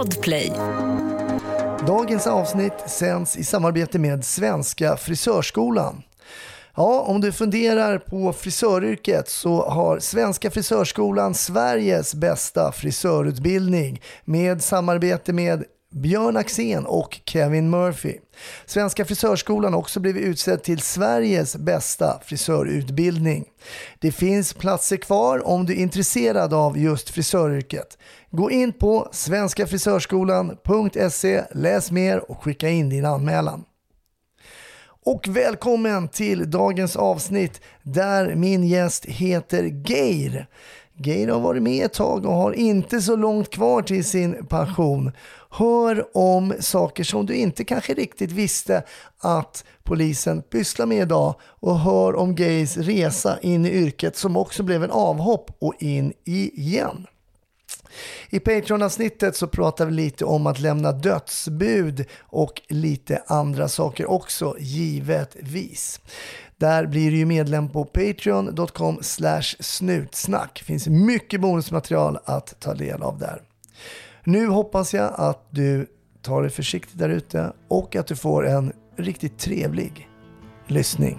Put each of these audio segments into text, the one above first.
Podplay. Dagens avsnitt sänds i samarbete med Svenska Frisörskolan. Ja, om du funderar på frisöryrket så har Svenska Frisörskolan Sveriges bästa frisörutbildning med samarbete med Björn Axén och Kevin Murphy. Svenska Frisörskolan har också blivit utsedd till Sveriges bästa frisörutbildning. Det finns platser kvar om du är intresserad av just frisöryrket. Gå in på svenskafrisörskolan.se, läs mer och skicka in din anmälan. Och välkommen till dagens avsnitt där min gäst heter Geir. Geir har varit med ett tag och har inte så långt kvar till sin pension. Hör om saker som du inte kanske riktigt visste att polisen pysslar med idag och hör om Geirs resa in i yrket som också blev en avhopp och in igen. I Patreon-avsnittet så pratar vi lite om att lämna dödsbud och lite andra saker också, givetvis. Där blir du ju medlem på patreon.com/snutsnack. Det finns mycket bonusmaterial att ta del av där. Nu hoppas jag att du tar det försiktigt där ute och att du får en riktigt trevlig lyssning.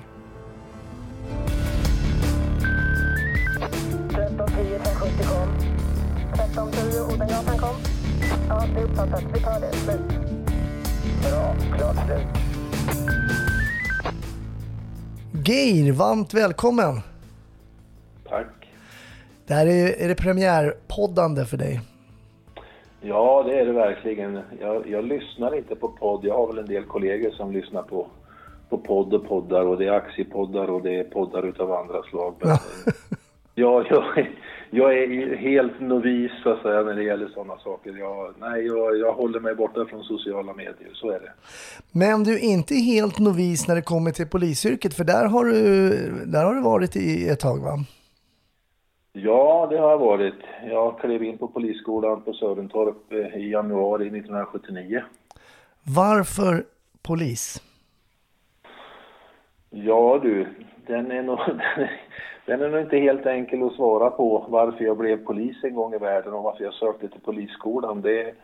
1310 1070 kom. 1310 Odengatan kom. Ja, det är uppfattat. Vi tar det. Slut. Bra, klart slut. Geir, varmt välkommen. Tack. Det här är det premiärpoddande för dig. Ja, det är det verkligen. Jag lyssnar inte på podd. Jag har väl en del kollegor som lyssnar på podd och poddar. Och det är aktiepoddar och det är poddar utav andra slag. Men, jag är helt novis så att säga, när det gäller sådana saker. Jag håller mig borta från sociala medier, så är det. Men du är inte helt novis när det kommer till polisyrket, för där har du varit i ett tag, va? Ja, det har jag varit. Jag klev in på polisskolan på Sörentorp i januari 1979. Varför polis? Ja du, den är nog inte helt enkel att svara på varför jag blev polis en gång i världen och varför jag sökte till polisskolan.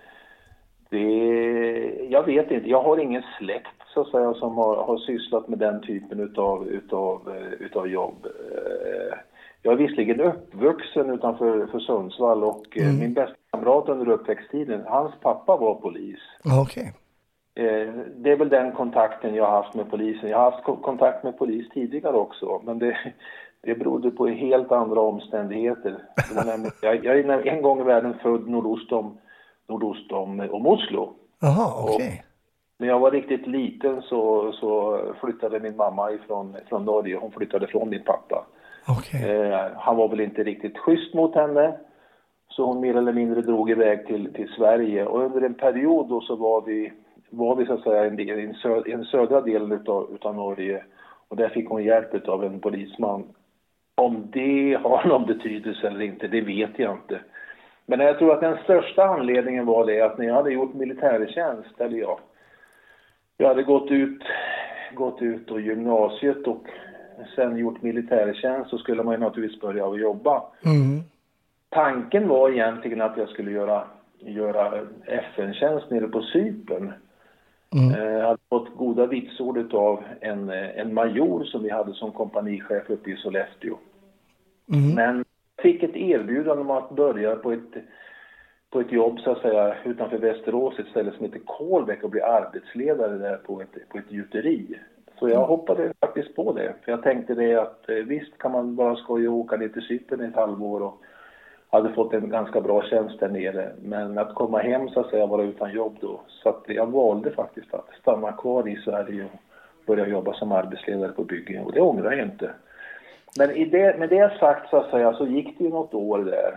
Jag vet inte, jag har ingen släkt så att säga som har sysslat med den typen utav jobb. Jag är visserligen uppvuxen utanför Sundsvall och min bästa kamrat under uppväxttiden, hans pappa var polis. Okej. Det är väl den kontakten jag har haft med polisen. Jag har haft kontakt med polis tidigare också, men det berodde på helt andra omständigheter. Jag är en gång i världen född nordost om Oslo. Jaha, okej. När jag var riktigt liten så flyttade min mamma från Norge. Hon flyttade från min pappa. Okay. Han var väl inte riktigt schysst mot henne. Så hon mer eller mindre drog iväg till Sverige. Och under en period då så var vi så att säga i en södra delen utav Norge. Och där fick hon hjälp av en polisman. Om det har någon betydelse eller inte, det vet jag inte. Men jag tror att den största anledningen var det att när jag hade gjort militärtjänst, eller jag hade gått ut och gymnasiet och sen gjort militärtjänst, så skulle man ju naturligtvis börja att jobba. Mm. Tanken var egentligen att jag skulle göra FN-tjänst nere på Cypern. Jag hade fått goda vitsord av en major som vi hade som kompanichef uppe i Sollefteå. Men jag fick ett erbjudande om att börja på ett jobb så att säga utanför Västerås, ett ställe som heter Kolbäck, och bli arbetsledare där på ett gjuteri. Så jag hoppade faktiskt på det. För jag tänkte det att visst kan man bara skoja och åka ner till Cypern ett halvår och hade fått en ganska bra tjänst där nere. Men att komma hem så att säga vara utan jobb då. Så att jag valde faktiskt att stanna kvar i Sverige och börja jobba som arbetsledare på byggen. Och det ångrar jag inte. Men med det sagt så att säga så gick det ju något år där.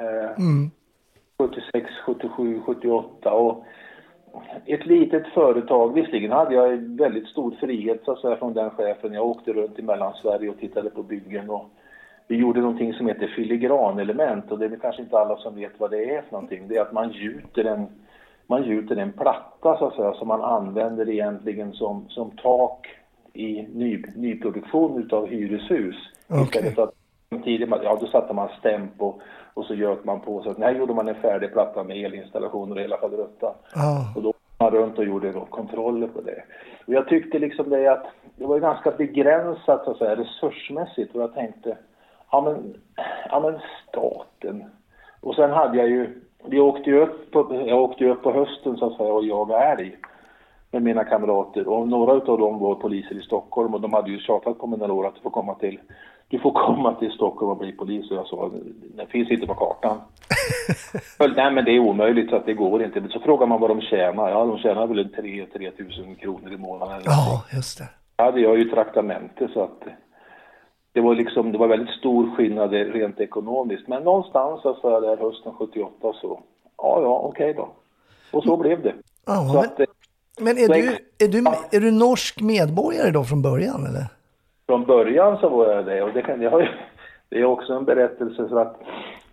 76, 77, 78 och ett litet företag. Visserligen hade jag väldigt stor frihet så att säga från den chefen. Jag åkte runt i Mellansverige och tittade på byggen och vi gjorde någonting som heter filigranelement, och det är kanske inte alla som vet vad det är för någonting. Det är att man gjuter en platta så att säga, som man använder egentligen som tak i nyproduktion utav hyreshus. Okay. Istället för att Tidigt, ja, då satte man stämp och så göt man på. Så att här gjorde man en färdig platta med elinstallationer i hela faderuttan. Och då var man runt och gjorde då kontroller på det. Och jag tyckte liksom det att det var ganska begränsat så att säga, resursmässigt. Och jag tänkte, ja men staten. Och sen hade jag åkte ju upp på hösten så att säga och jagade älg med mina kamrater. Och några av dem var poliser i Stockholm och de hade ju tjatat på mig några år att du får komma till Stockholm och bli polis. Och jag sa, det finns inte på kartan. Nej, men det är omöjligt så att det går inte. Så frågar man vad de tjänar. Ja, de tjänar väl 3 000 kronor i månaden. Ja, just det. Ja, det gör ju traktamente så att det var väldigt stor skillnad rent ekonomiskt. Men någonstans så var det hösten 78 så, okej då. Och så blev det. Ja, så men är du norsk medborgare då från början eller? Från början så var jag det och det är också en berättelse så att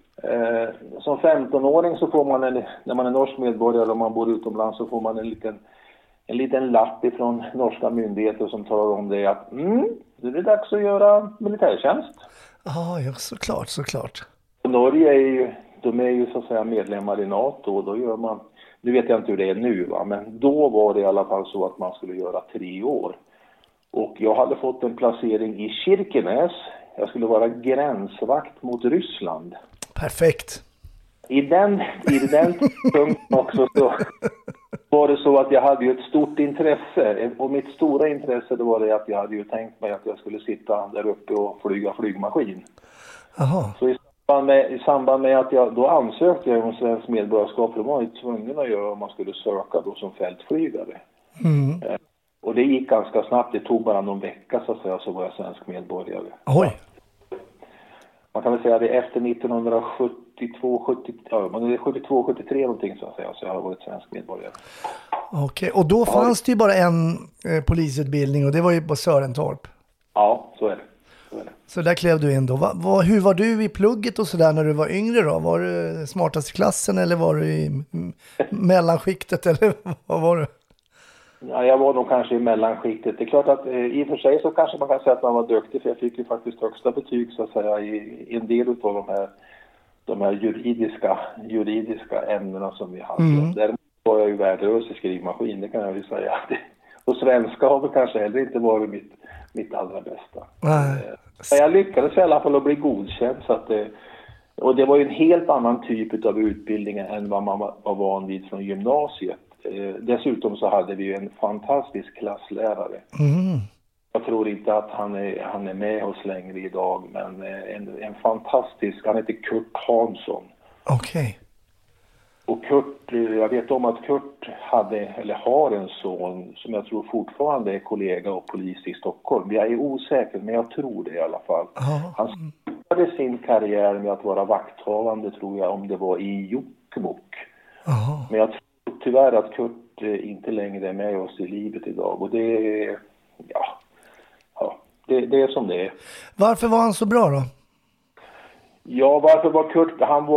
som 15-åring så får man när man är norsk medborgare och man bor utomlands så får man en liten lapp ifrån norska myndigheter som talar om det att det är dags att göra militärtjänst. Ja, såklart. Och Norge är ju så att säga medlemmar i NATO och då gör man, nu vet jag inte hur det är nu va, men då var det i alla fall så att man skulle göra 3 år. Och jag hade fått en placering i Kirkenes. Jag skulle vara gränsvakt mot Ryssland. Perfekt. I den punkten också så var det så att jag hade ju ett stort intresse. Och mitt stora intresse det var det att jag hade ju tänkt mig att jag skulle sitta där uppe och flyga flygmaskin. Aha. Så i samband med att jag då ansökte jag om svensk medborgarskap, då var jag tvungen att göra om man skulle söka då som fältflygare. Och det gick ganska snabbt, det tog bara någon vecka så att säga, så var jag svensk medborgare. Oj! Man kan väl säga det efter 72-73 någonting så att säga, så jag har varit svensk medborgare. Okej, och då fanns det ju bara en polisutbildning och det var ju på Sörentorp. Ja, så är det. Så där klev du in då. Hur var du i plugget och sådär när du var yngre då? Var du smartast i klassen eller var du i mellanskiktet eller vad var du? Ja, jag var nog kanske i mellanskiktet. Det är klart att i och för sig så kanske man kan säga att man var duktig för jag fick ju faktiskt högsta betyg så att säga i en del av de här juridiska ämnena som vi hade. Däremot var jag ju värdelös i skrivmaskin, det kan jag ju säga. Och svenska har väl kanske heller inte varit mitt allra bästa. Men jag lyckades i alla fall att bli godkänd så att och det var ju en helt annan typ av utbildning än vad man var van vid från gymnasiet. Dessutom så hade vi ju en fantastisk klasslärare. Jag tror inte att han är med oss längre idag, men en fantastisk, han heter Kurt Hansson. Okej. Och Kurt, jag vet om att Kurt har en son som jag tror fortfarande är kollega och polis i Stockholm. Jag är osäker, men jag tror det i alla fall. Han startade sin karriär med att vara vakthavande, tror jag, om det var i Jokkmokk. Men jag tror tyvärr att Kurt inte längre är med oss i livet idag. Och det är, det är som det är. Varför var han så bra då? Ja, varför var Kurt,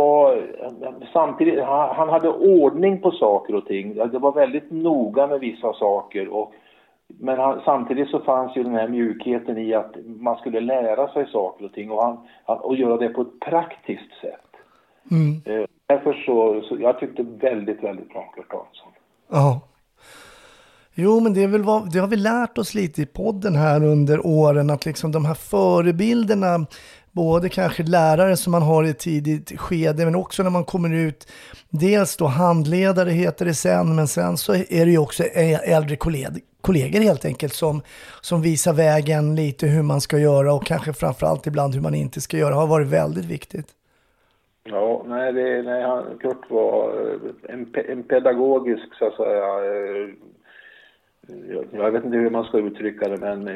han hade ordning på saker och ting. Det var väldigt noga med vissa saker. Men samtidigt så fanns ju den här mjukheten i att man skulle lära sig saker och ting. Och göra det på ett praktiskt sätt. Därför så jag tyckte väldigt, väldigt bra Kurt Hansson. Ja. Jo, men det har vi lärt oss lite i podden här under åren att liksom de här förebilderna, både kanske lärare som man har i tidigt skede men också när man kommer ut, dels då handledare heter det sen, men sen så är det ju också äldre kollegor helt enkelt som visar vägen lite hur man ska göra och kanske framförallt ibland hur man inte ska göra, har varit väldigt viktigt. Ja, Kurt var en pedagogisk så att säga, jag vet inte hur man ska uttrycka det, men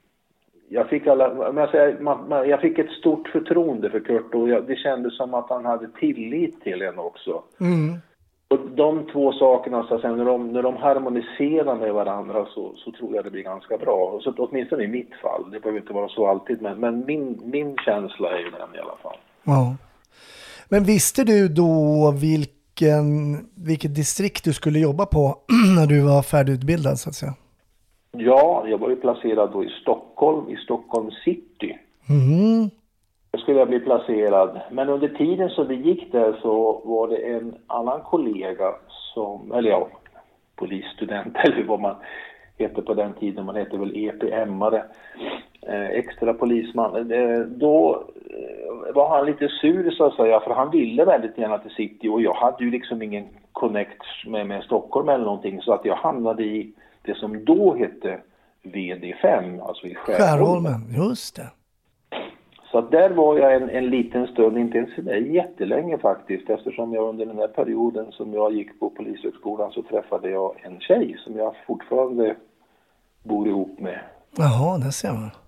jag fick ett stort förtroende för Kurt och det kändes som att han hade tillit till en också. Och de två sakerna så att säga, när de harmoniserar med varandra så tror jag det blir ganska bra. Så åtminstone i mitt fall, det behöver inte vara så alltid, men min känsla är ju den i alla fall. Ja. Men visste du då vilket distrikt du skulle jobba på när du var färdigutbildad så att säga? Ja, jag var ju placerad då i Stockholm city. Då skulle jag bli placerad. Men under tiden som vi gick där så var det en annan kollega som, eller ja, polisstudent eller vad man heter på den tiden, man heter väl EPM-are, extra polisman. Då var han lite sur så att säga, för han ville väldigt gärna till city och jag hade ju liksom ingen connect med Stockholm eller någonting, så att jag hamnade i det som då hette VD5, alltså i Skärholmen, just det. Så att där var jag en liten stund, inte ens jättelänge faktiskt, eftersom jag under den här perioden som jag gick på polishögskolan så träffade jag en tjej som jag fortfarande bor ihop med. Jaha, det ser man.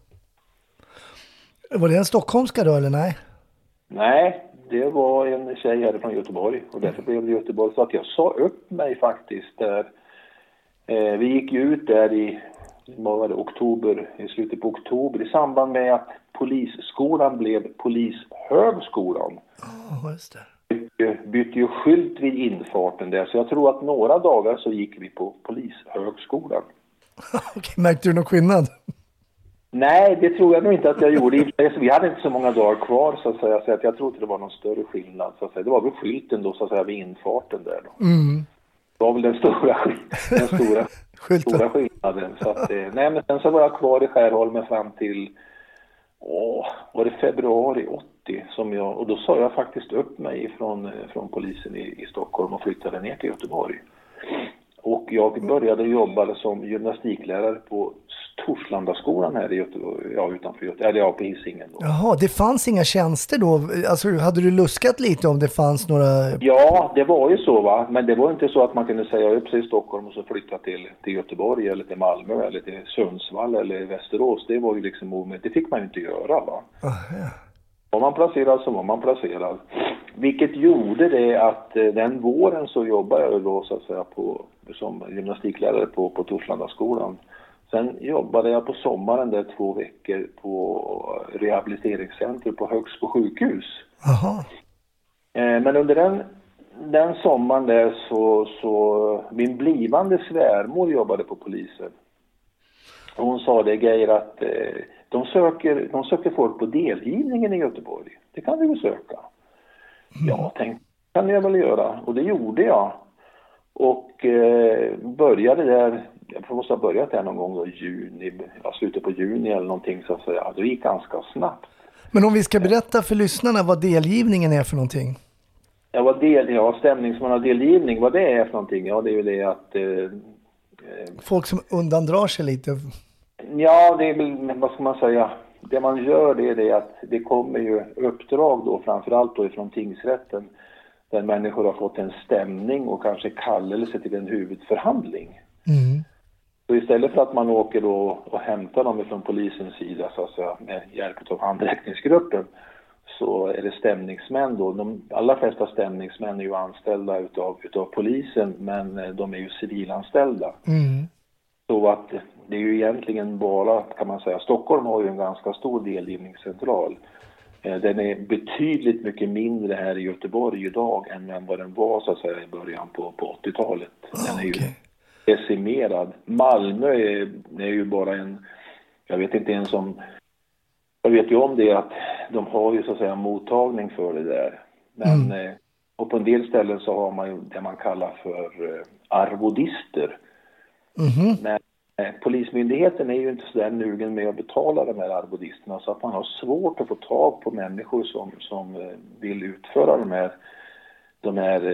Var det en stockholmska då eller nej? Nej, det var en tjej här från Göteborg och därför blev det Göteborg. Så att jag sa upp mig faktiskt där. Vi gick ju ut där i slutet på oktober i samband med att polisskolan blev polishögskolan. Ja, just det. Bytte ju skylt vid infarten där, så jag tror att några dagar så gick vi på polishögskolan. Okej, märkte du någon skillnad? Nej, det tror jag nog inte att jag gjorde. Vi hade inte så många dagar kvar så att säga, så att jag tror inte det var någon större skillnad. Så att säga. Det var väl skylten då så att säga vid infarten där då. Mm. Det var väl den stora skillnaden. Så att, nej, men sen så var jag kvar i Skärholmen fram till var det februari 80 som jag, och då sa jag faktiskt upp mig från polisen i Stockholm och flyttade ner till Göteborg. Och jag började jobba som gymnastiklärare på Torslandaskolan här i Göteborg, utanför Göteborg, eller på Hisingen då. Jaha, det fanns inga tjänster då? Alltså hade du luskat lite om det fanns några... Ja, det var ju så va, men det var inte så att man kunde säga upp sig i Stockholm och så flytta till Göteborg eller till Malmö eller till Sundsvall eller Västerås. Det var ju liksom omöjligt, det fick man ju inte göra va. Ja. Var man placerad så var man placerad. Vilket gjorde det att den våren så jobbade jag då så att säga som gymnastiklärare på Torslandaskolan. Sen jobbade jag på sommaren där 2 veckor på rehabiliteringscenter på Högsbo sjukhus. Aha. Men under den sommaren där så min blivande svärmor jobbade på polisen. Och hon sa det grejer att de söker folk på delgivningen i Göteborg. Det kan vi väl söka. Ja, tänkte kan jag väl göra. Och det gjorde jag. Och började där, jag måste ha börjat där någon gång då slutet på juni eller någonting så att säga. Det gick ganska snabbt. Men om vi ska berätta för lyssnarna vad delgivningen är för någonting. Ja, stämningsmannadelgivning, vad det är för någonting. Ja, det är ju det att... folk som undandrar sig lite. Ja, det är väl, vad ska man säga, det man gör det är det att det kommer ju uppdrag då, framförallt då ifrån tingsrätten, där människor har fått en stämning och kanske kallelse till en huvudförhandling. Mm. Så istället för att man åker då och hämtar dem från polisens sida så att säga, med hjälp av handräckningsgruppen, så är det stämningsmän då. De allra flesta stämningsmän är ju anställda utav polisen, men de är ju civilanställda. Mm. Så att det är ju egentligen bara, kan man säga, Stockholm har ju en ganska stor delgivningscentral. Den är betydligt mycket mindre här i Göteborg idag än vad den var så att säga i början på 80-talet. Den är ju decimerad. Malmö är ju bara jag vet inte ens om, jag vet ju om det att de har ju så att säga mottagning för det där. Men och på en del ställen så har man ju det man kallar för arvodister. Mm-hmm. Men polismyndigheten är ju inte så där nugen med att betala de här arvodisterna, så att man har svårt att få tag på människor som vill utföra de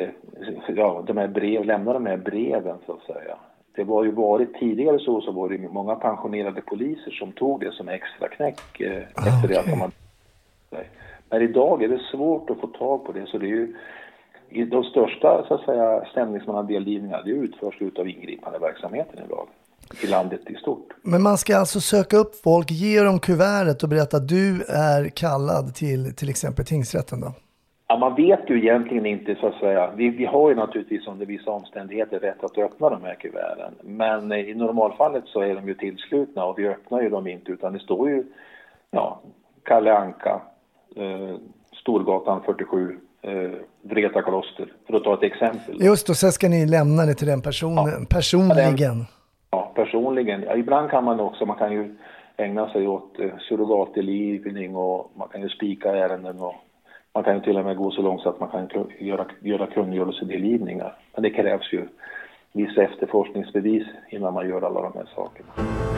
här lämna de här breven så att säga. Det var ju tidigare så var det många pensionerade poliser som tog det som extra knäck efter det att man... Men idag är det svårt att få tag på det, så det är ju i de största så att säga stämningsmannadelgivningar, det utförs utav ingripande verksamheten idag i landet i stort. Men man ska alltså söka upp folk, ge dem kuvertet och berätta att du är kallad till exempel tingsrätten då? Ja, man vet ju egentligen inte så att säga. Vi har ju naturligtvis under vissa omständigheter rätt att öppna de här kuverten. Men i normalfallet så är de ju tillslutna och vi öppnar ju dem inte, utan det står ju Kalle Anka, Storgatan 47, Vreta kloster, för att ta ett exempel. Just, och så ska ni lämna det till den personen personligen. Ja, personligen. Ja, ibland kan man ju ägna sig åt surrogatdelgivning och man kan ju spika ärenden och man kan ju till och med gå så långt så att man kan göra kungörelsedelgivningar. Men det krävs ju vissa efterforskningsbevis innan man gör alla de här sakerna.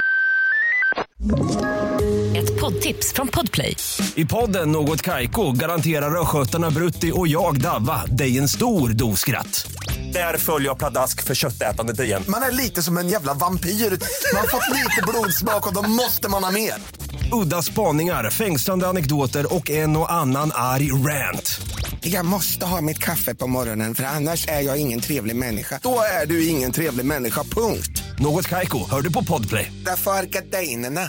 Ett poddtips från Podplay. I podden Något Kaiko garanterar röskötarna Brutti och jag Davva dig en stor doskratt. Där följer jag pladask för köttätandet igen. Man är lite som en jävla vampyr. Man har fått lite blodsmak och då måste man ha mer. Udda spaningar, fängslande anekdoter och en och annan arg rant. Jag måste ha mitt kaffe på morgonen för annars är jag ingen trevlig människa. Då är du ingen trevlig människa, punkt. Något Kaiko, hör du på Podplay. Därför är gardinerna.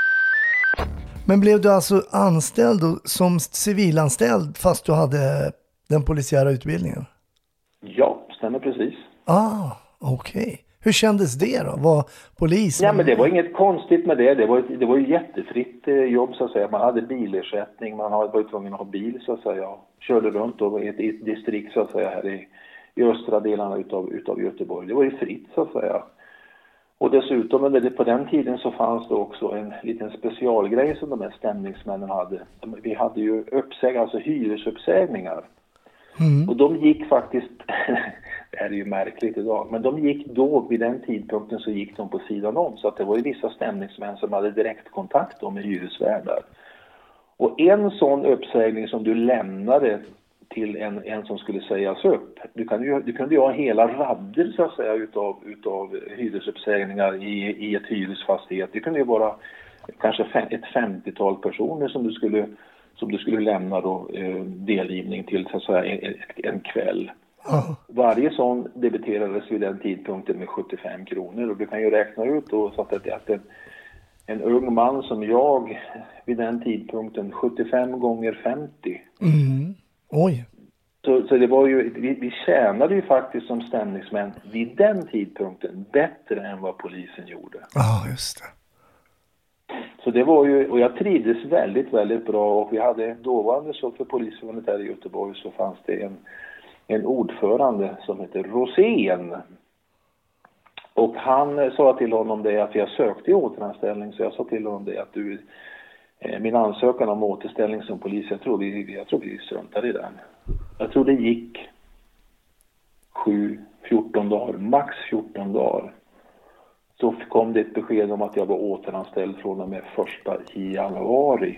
Men blev du alltså anställd som civilanställd fast du hade den polisiära utbildningen? Ja, stämmer precis. Okej. Hur kändes det då? Var polis? Ja, men det var inget konstigt med det. Det var ju jättefritt jobb så att säga. Man hade bilersättning, man var tvungen att ha bil så att säga. Körde runt då i ett distrikt så att säga här i östra delarna utav Göteborg. Det var ju fritt så att säga. Och dessutom på den tiden så fanns det också en liten specialgrej som de här stämningsmännen hade. Vi hade ju alltså hyresuppsägningar. Och de gick faktiskt, det här är ju märkligt idag, men de gick då, vid den tidpunkten så gick de på sidan om. Så att det var ju vissa stämningsmän som hade direktkontakt med hyresvärdar. Och en sån uppsägning som du lämnade till en som skulle sägas upp. Du kunde ju ha hela rader så att säga utav hyresuppsägningar i ett hyresfastighet. Det kunde ju vara kanske ett 50-tal personer som du skulle lämna då delgivning till så att säga en kväll. Varje sån debiterades vid den tidpunkten med 75 kronor och du kan ju räkna ut då så att en ung man som jag vid den tidpunkten 75 gånger 50. Oj. Så det var ju, vi tjänade ju faktiskt som stämningsmän vid den tidpunkten bättre än vad polisen gjorde. Ja, just det. Så det var ju, och jag trivdes väldigt, väldigt bra och vi hade dåvarande så för polisförbundet här i Göteborg så fanns det en ordförande som heter Rosén. Och han sa till honom det att jag sökte i återanställning så jag sa till honom det att min ansökan om återställning som polis, jag tror vi struntade i den. Jag tror det gick 14 dagar, max 14 dagar. Så kom det ett besked om att jag var återanställd från och med 1 januari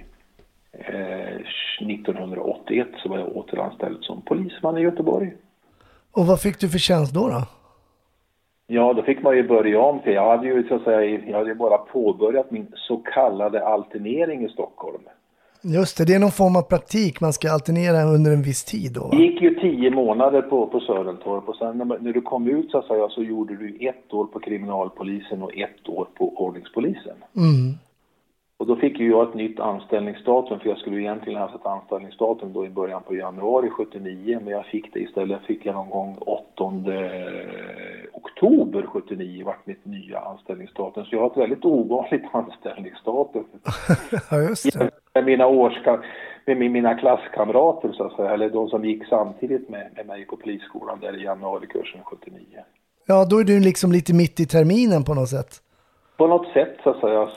1981 så var jag återanställd som polisman i Göteborg. Och vad fick du för tjänst då? Ja, då fick man ju börja om för jag hade ju så att säga, jag hade bara påbörjat min så kallade alternering i Stockholm. Just det är någon form av praktik man ska alternera under en viss tid då, va? Det gick ju 10 månader på Sörentorp och sen när du kom ut så att säga så gjorde du 1 år på kriminalpolisen och 1 år på ordningspolisen. Och då fick ju jag ett nytt anställningsdatum för jag skulle egentligen ha haft ett anställningsdatum då i början på januari 79 men jag fick det istället fick jag någon gång 8 oktober 79 vart mitt nya anställningsdatum så jag har ett väldigt ovanligt anställningsdatum. Ja just det. Med mina klasskamrater så att säga, eller de som gick samtidigt med mig på polisskolan där i januarikursen 79. Ja, då är du liksom lite mitt i terminen på något sätt. På något sätt så att säga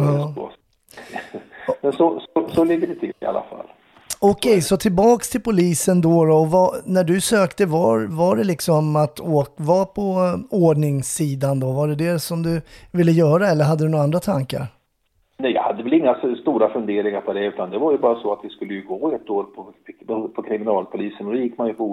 men så ligger det till i alla fall. Okej, så tillbaks till polisen då och när du sökte var det liksom att vara på ordningssidan då? Var det som du ville göra eller hade du några andra tankar? Nej, jag hade väl inga stora funderingar på det utan det var ju bara så att vi skulle ju gå 1 år på kriminalpolisen och då gick man ju på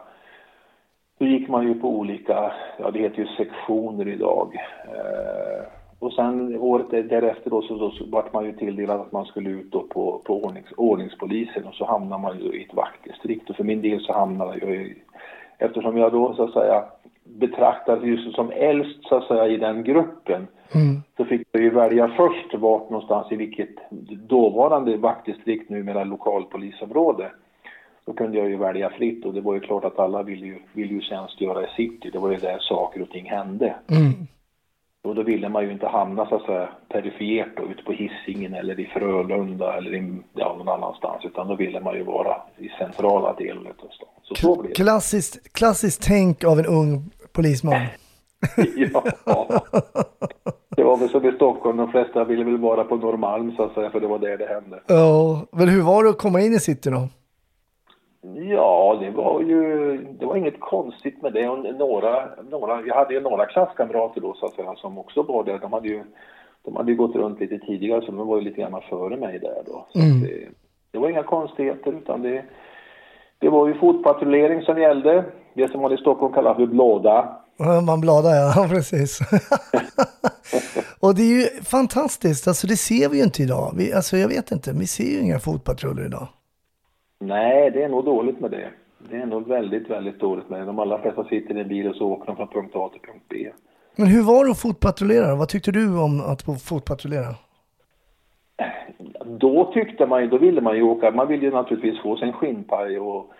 olika, ja det heter ju sektioner idag. Och sen året därefter då så vart man ju tilldelad att man skulle ut då på ordningspolisen och så hamnar man ju i ett vaktdistrikt och för min del så hamnade jag ju, eftersom jag då så att säga betraktades ju som äldst så att säga i den gruppen så fick jag ju välja först vart någonstans i vilket dåvarande vaktdistrikt numera lokalpolisområde. Då kunde jag ju välja fritt och det var ju klart att alla vill ju tjänstgöra i city, det var ju där saker och ting hände. Och då ville man ju inte hamna så att säga perifert då, ute på Hisingen eller i Frölunda eller någon annanstans utan då ville man ju vara i centrala delen av stan. Så blev det. Klassiskt tänk av en ung polisman. Ja, var väl som i Stockholm, de flesta ville väl vara på Norrmalm så att säga, för det var där det hände. Ja, men hur var det att komma in i city då? Ja, det var inget konstigt med det. Och jag hade ju några klasskamrater då så att säga, som också var där. De hade ju gått runt lite tidigare, så de var ju lite grann före mig där då. Så det var inga konstigheter, utan det var ju fotpatrullering som gällde. Det som man i Stockholm kallar för blåda. Man bladar, ja, precis. Och det är ju fantastiskt, alltså det ser vi ju inte idag. Jag vet inte, vi ser ju inga fotpatruller idag. Nej, det är nog dåligt med det. Det är nog väldigt, väldigt dåligt med det. De allra flesta sitter i en bil och så åker de från punkt A till punkt B. Men hur var det att fotpatrullera? Vad tyckte du om att fotpatrullera? Då ville man ju åka. Man ville ju naturligtvis få sig en skinnpaj och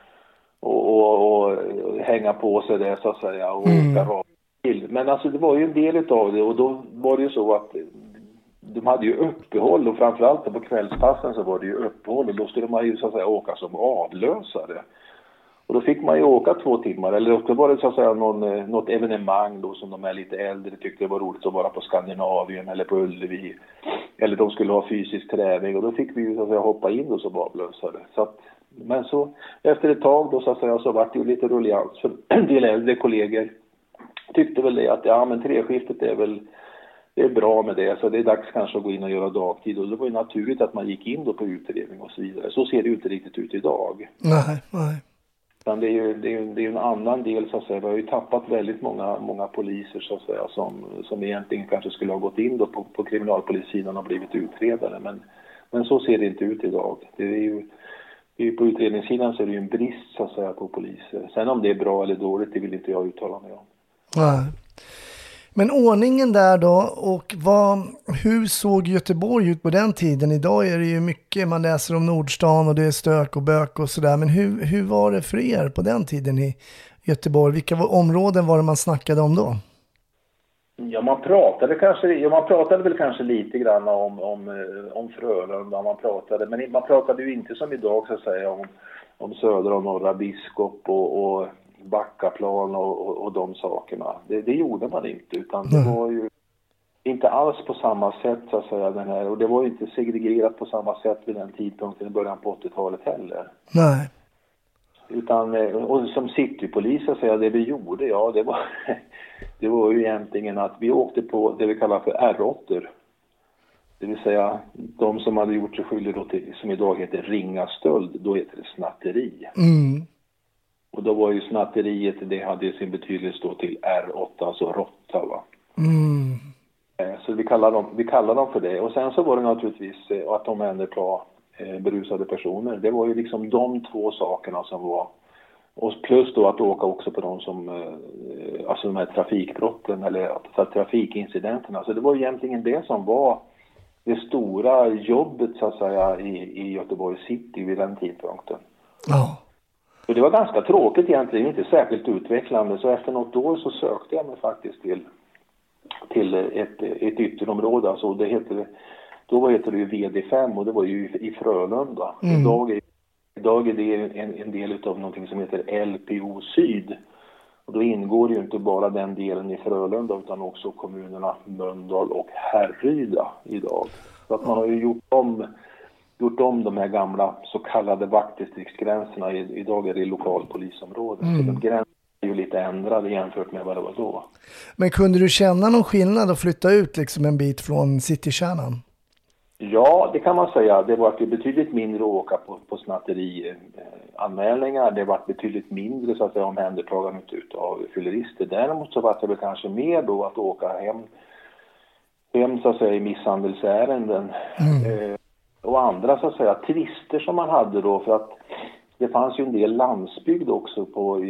hänga på sig det så att säga och åka rakt till. Men alltså det var ju en del utav det, och då var det ju så att de hade ju uppehåll, och framförallt på kvällspassen så var det ju uppehåll, och då skulle man ju så att säga åka som avlösare. Och då fick man ju åka 2 timmar, eller också var det så att säga något evenemang då som de är lite äldre tyckte det var roligt att vara på Skandinavien eller på Ullevi. Eller de skulle ha fysisk träning, och då fick vi ju så att säga hoppa in då som avlösare. Så att, men så efter ett tag då så att säga så var det ju lite ruljans, för en del äldre kollegor tyckte väl det att ja, men 3-skiftet det är bra med det, så det är dags kanske att gå in och göra dagtid, och det var ju naturligt att man gick in då på utredning och så vidare. Så ser det ju inte riktigt ut idag. Nej. Men det är ju en annan del så att säga. Vi har ju tappat väldigt många poliser så att säga som egentligen kanske skulle ha gått in då på kriminalpolissidan och blivit utredare, men så ser det inte ut idag. Det är ju på utredningssidan så är det ju en brist så att säga på poliser. Sen om det är bra eller dåligt, det vill inte jag uttala mig om. Nej. Men ordningen där då, och hur såg Göteborg ut på den tiden? Idag är det ju mycket, man läser om Nordstan och det är stök och bök och sådär. Men hur var det för er på den tiden i Göteborg? Vilka områden var det man snackade om då? Ja, man pratade väl kanske lite grann om Frölunda, men man pratade ju inte som idag så att säga om södra och norra Biskop och Backaplan och de sakerna. Det gjorde man inte, utan det var ju inte alls på samma sätt så att säga och det var ju inte segregerat på samma sätt vid den tidpunkten i början på 80-talet heller. Nej. Utan, och som citypolis så att säga, det vi gjorde, ja det var ju egentligen att vi åkte på det vi kallar för R8. Det vill säga de som hade gjort sig skyldiga då till, som idag heter ringastöld, då heter det snatteri. Och då var ju snatteriet, det hade sin betydelse då till R8, alltså råtta va. Så vi kallar dem för det. Och sen så var det naturligtvis att de omhändertog berusade personer. Det var ju liksom de 2 sakerna som var. Och plus då att åka också på de som, alltså de här trafikbrotten eller trafikincidenterna. Så det var egentligen det som var det stora jobbet så att säga i Göteborg city vid den tidpunkten. Ja. Och det var ganska tråkigt egentligen, inte särskilt utvecklande. Så efter något år så sökte jag mig faktiskt till ett ytterområde. Alltså då heter det ju VD5 och det var ju i Frölunda. Idag är det en del av någonting som heter LPO Syd. Och då ingår ju inte bara den delen i Frölunda utan också kommunerna Mölndal och Härryda idag. Så att man har ju gjort om de här gamla så kallade vaktdistriktsgränserna. Idag är det lokalpolisområden. Så de gränserna är ju lite ändrade jämfört med vad det var då. Men kunde du känna någon skillnad att flytta ut liksom en bit från citykärnan? Ja, det kan man säga. Det var betydligt mindre att åka på snatterianmälningar. Det var betydligt mindre så att säga omhändertagandet av fyllerister. Däremot så var det väl kanske mer då att åka hem så att säga i misshandelsärenden. Och andra så att säga tvister som man hade då, för att det fanns ju en del landsbygd också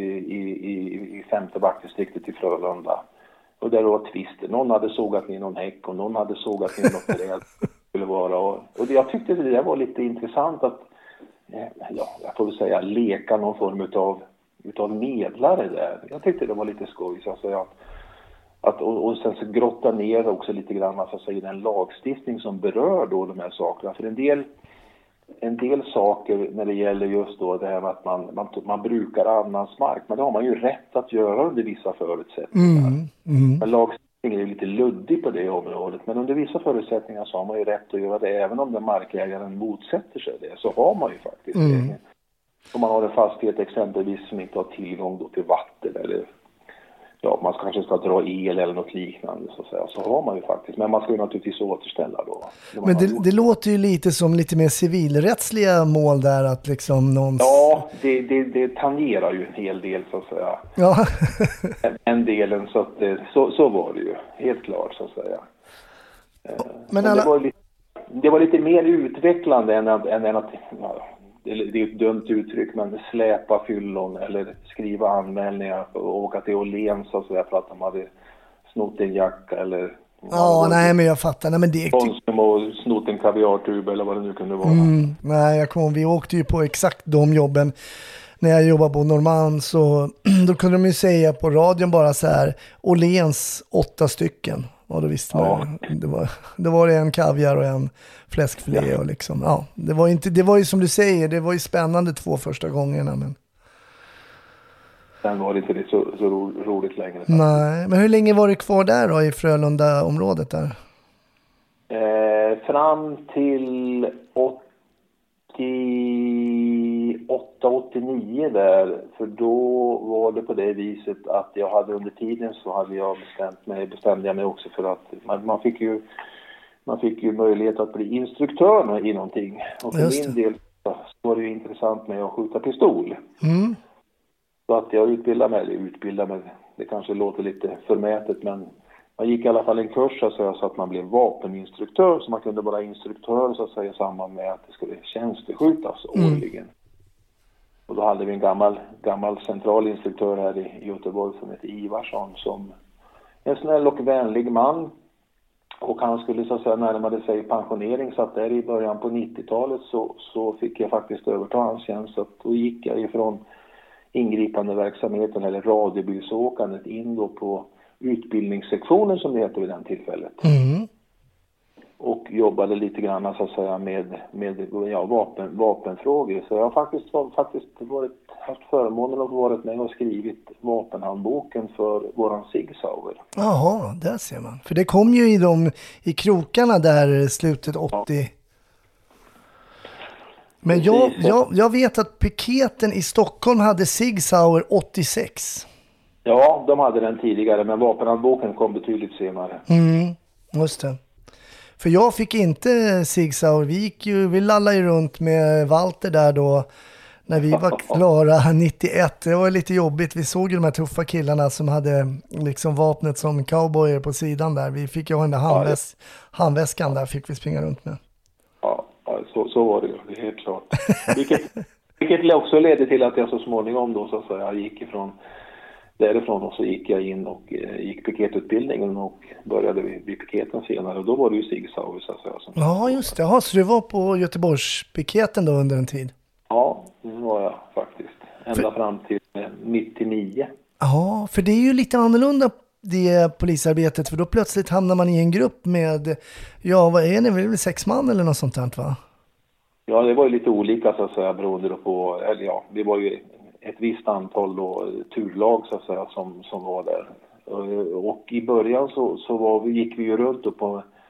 i 5:e vaktdistriktet i Frölunda. Och där var tvister. Någon hade sågat ner någon häck och någon hade sågat ner något träd. Och jag tyckte det där var lite intressant att, jag får väl säga, leka någon form utav medlare där. Jag tyckte det var lite skoj så att säga. Och sen så grotta ner också lite grann så att säga, i den lagstiftning som berör då de här sakerna. För en del saker när det gäller just då det här med att man brukar annans mark, men det har man ju rätt att göra under vissa förutsättningar. Men är lite luddig på det området. Men under vissa förutsättningar så har man ju rätt att göra det. Även om den markägaren motsätter sig det, så har man ju faktiskt det. Om man har en fastighet exempelvis som inte har tillgång då till vatten eller man kanske ska dra el eller något liknande så att säga, så har man ju faktiskt. Men man ska ju naturligtvis återställa då. Men det låter ju lite som lite mer civilrättsliga mål där att liksom någon... Ja, det tangerar ju en hel del så att säga. Ja. En delen så att så var det ju helt klart så att säga. Men det var lite mer utvecklande än att det är ett dumt uttryck, men släpa fyllon eller skriva anmälningar och åka till Åhléns så att säga för att de hade snott en jacka eller... Ja, nej men jag fattar. Nej, men det... Konsum och snott en kaviartub eller vad det nu kunde vara. Nej, vi åkte ju på exakt de jobben när jag jobbade på Norrmalm, så då kunde de ju säga på radion bara så här: Åhléns 8 stycken. Och då visste man det var en kaviar och en fläskfilé och liksom, det var ju som du säger, det var ju spännande 2 första gångerna, men sen var det inte så roligt längre. Nej, men hur länge var du kvar där då i Frölunda-området där? Fram till 88-89 där, för då var det på det viset att jag hade under tiden så hade jag bestämde jag mig också för att man fick ju möjlighet att bli instruktör i någonting. Och för min del så var det ju intressant med att skjuta pistol. Så att jag utbildade mig, det kanske låter lite förmätet, men man gick i alla fall en kurs så att man blev vapeninstruktör, så man kunde vara instruktör så att säga i samband med att det skulle tjänsteskjutas årligen. Och då hade vi en gammal centralinstruktör här i Göteborg som heter Ivarsson, som en snäll och vänlig man. Och han skulle så att säga närmade sig pensionering, så att där i början på 90-talet så fick jag faktiskt överta hans tjänst. Så att då gick jag ifrån ingripande verksamheten eller radiobilsåkandet in då på utbildningssektionen som det heter vid den tillfället. Och jobbade lite grann så att säga med vapenfrågor. Så jag har faktiskt haft förmånen att varit med och skrivit vapenhandboken för våran Sig Sauer. Jaha, där ser man. För det kom ju i krokarna där slutet 80. Men jag vet att piketen i Stockholm hade Sig Sauer 86. Ja, de hade den tidigare, men vapenhandboken kom betydligt senare. Just det. För jag fick inte Sig Sauer. Vi lallade ju runt med Walter där då när vi var klara 91. Det var lite jobbigt. Vi såg ju de här tuffa killarna som hade liksom vapnet som cowboyer på sidan där. Vi fick ju ha den där handväskan där, fick vi springa runt med. Ja, så var det helt klart. Vilket också ledde till att jag så småningom då så att säga gick därifrån och så gick jag in och gick piketutbildningen och började vid piketen senare. Och då var det ju Sig Sauer så att säga. Ja, just det. Så du var på Göteborgspiketen då under en tid? Ja, det var jag faktiskt. Ända fram till 99. Ja, för det är ju lite annorlunda det polisarbetet. För då plötsligt hamnar man i en grupp med, vad är det? Väl 6 man eller något sånt där, va? Ja, det var ju lite olika så att säga beroende på, det var ju ett visst antal då, turlag så att säga som var där. Och i början gick vi ju runt då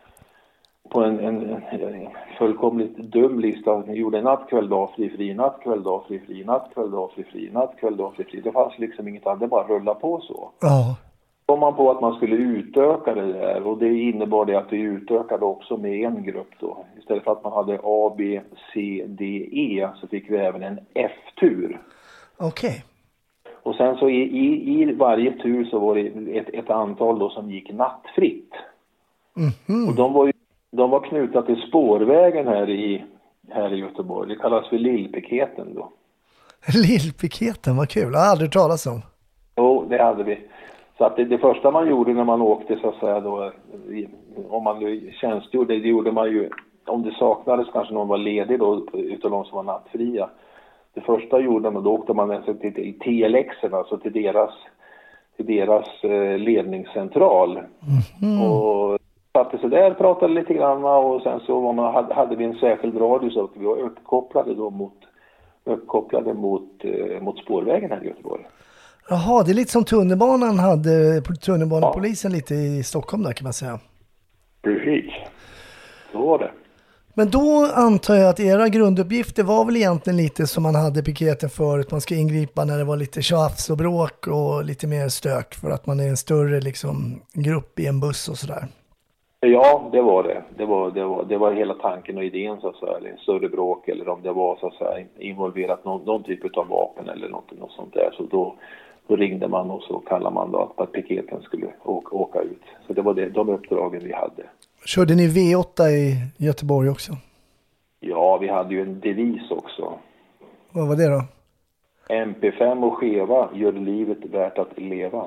på en fullkomligt dum lista. Vi gjorde natt, kväll, dag, fri, natt, kväll, dag, fri, natt, kväll, dag, fri, natt, kväll, dag, fri. Det fanns liksom inget annat, det bara rulla på så. Ja. Kom man på att man skulle utöka det där, och det innebar det att vi utökade också med en grupp då. Istället för att man hade A, B, C, D, E så fick vi även en F-tur. Okej. Och sen så i varje tur så var det ett antal då som gick nattfritt. Och de var knutna till spårvägen här i Göteborg. Det kallas för Lillpiketen då. Lillpiketen, vad kul. Jag har aldrig talat om. Jo, det hade vi. Så att det första man gjorde när man åkte så att säga då, om man nu tjänstgjorde, det gjorde man ju, om det saknades kanske någon var ledig då utav de som var nattfria. Det första gjorde man, då åkte man alltså till TLX, alltså till deras ledningscentral. Och satte sig där, pratade lite grann, och sen så hade vi en särskild radio så att vi var uppkopplade mot spårvägen här i Göteborg. Jaha, det är lite som tunnelbanan hade, tunnelbanepolisen lite i Stockholm där kan man säga. Precis, så var det. Men då antar jag att era grunduppgifter var väl egentligen lite som man hade piketen förut. Man ska ingripa när det var lite tjafs och bråk och lite mer stök för att man är en större liksom, grupp i en buss och sådär. Ja, det var det. Det var hela tanken och idén så att säga. Eller större bråk eller om det var så att säga involverat någon typ av vapen eller något sånt där. Så då ringde man och så kallade man då att piketen skulle åka ut. Så det var de uppdragen vi hade. Körde ni V8 i Göteborg också? Ja, vi hade ju en devis också. Vad var det då? MP5 och skeva gör livet värt att leva.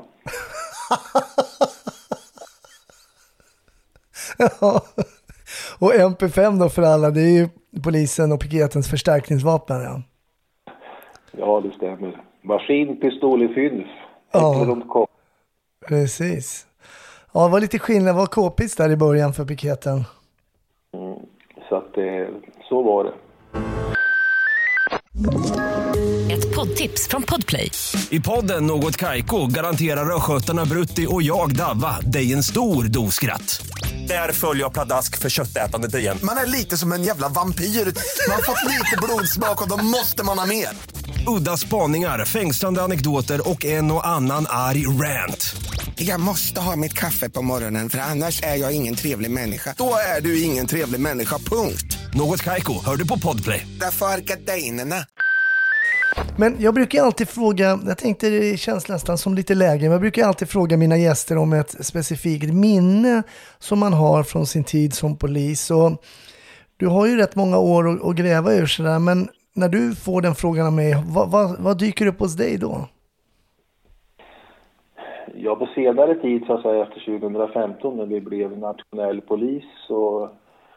Ja. Och MP5 då för alla, det är ju polisen och piketens förstärkningsvapen. Ja, ja det stämmer. Maskin, pistol i fynf. Ja, precis. Ja, det var lite skillnad. Var k-pist där i början för piketen. Så att så var det. Ett poddtips från Podplay. I podden Något Kaiko garanterar östgötarna Brutti och jag Davva dig en stor doskratt. Där följer jag pladask för köttätandet igen. Man är lite som en jävla vampyr. Man har fått lite blodsmak och då måste man ha mer. Udda spaningar, fängslande anekdoter och en och annan arg rant. Jag måste ha mitt kaffe på morgonen för annars är jag ingen trevlig människa. Då är du ingen trevlig människa, punkt. Något Kaiko, hör du på Podplay. Därför är gardinerna. Men jag brukar alltid fråga, jag tänkte det känns nästan som lite läge, men jag brukar alltid fråga mina gäster om ett specifikt minne som man har från sin tid som polis. Och du har ju rätt många år att gräva ur sådär, men när du får den frågan av mig, vad dyker upp hos dig då? Ja, på senare tid, så att säga, efter 2015 när vi blev nationell polis, så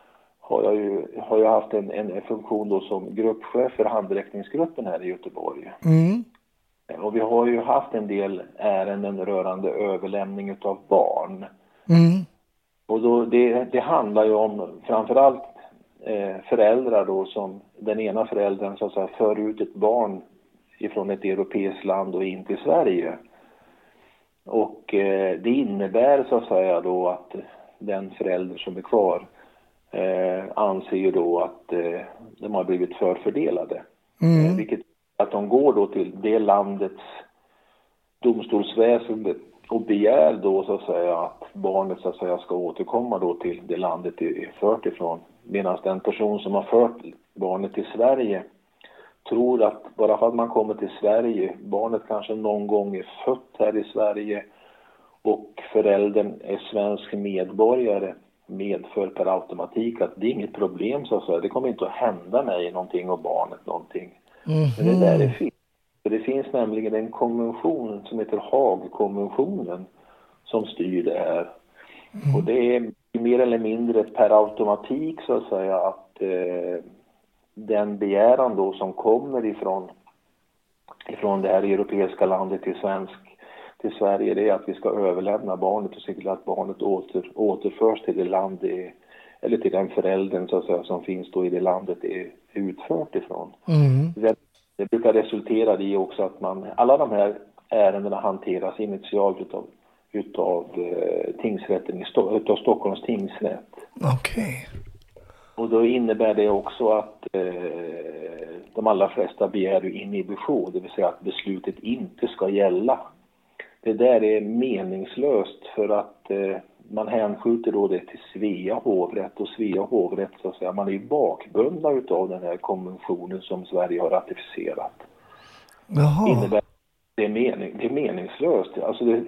har jag haft en funktion då som gruppchef för handräckningsgruppen här i Göteborg. Mm. Och vi har ju haft en del ärenden rörande överlämning av barn. Mm. Och då det handlar ju om framförallt föräldrar då, som den ena föräldern så att säga för ut ett barn ifrån ett europeiskt land och in till Sverige. Och det innebär så att säga då att den förälder som är kvar anser ju då att de har blivit förfördelade. Vilket att de går då till det landets domstolsväsende och begär då så att säga att barnet så att säga ska återkomma då till det landet det är fört ifrån. Medan den person som har fört barnet till Sverige tror att bara för att man kommer till Sverige, barnet kanske någon gång är fött här i Sverige och föräldern är svensk medborgare, medför per automatik att det är inget problem så att säga. Det kommer inte att hända mig någonting och barnet någonting. Men det där är fel. Det finns nämligen en konvention som heter Haagkonventionen som styr det här. Och det är mer eller mindre per automatik så att säga att den begäran då som kommer ifrån det här europeiska landet till Sverige, det är att vi ska överlämna barnet och se till att barnet återförs till det land eller till den föräldern så att säga, som finns då i det landet det är utfört ifrån. Det brukar resultera i också att alla de här ärendena hanteras initialt utav tingsrätten utav Stockholms tingsrätt. Okej. Och då innebär det också att de allra flesta begär ju inhibition, det vill säga att beslutet inte ska gälla. Det där är meningslöst för att man hänskjuter då det till Svea hovrätt och Svea hovrätt så att säga, man är ju bakbundna utav den här konventionen som Sverige har ratificerat. Jaha. Innebär det är meningslöst. Alltså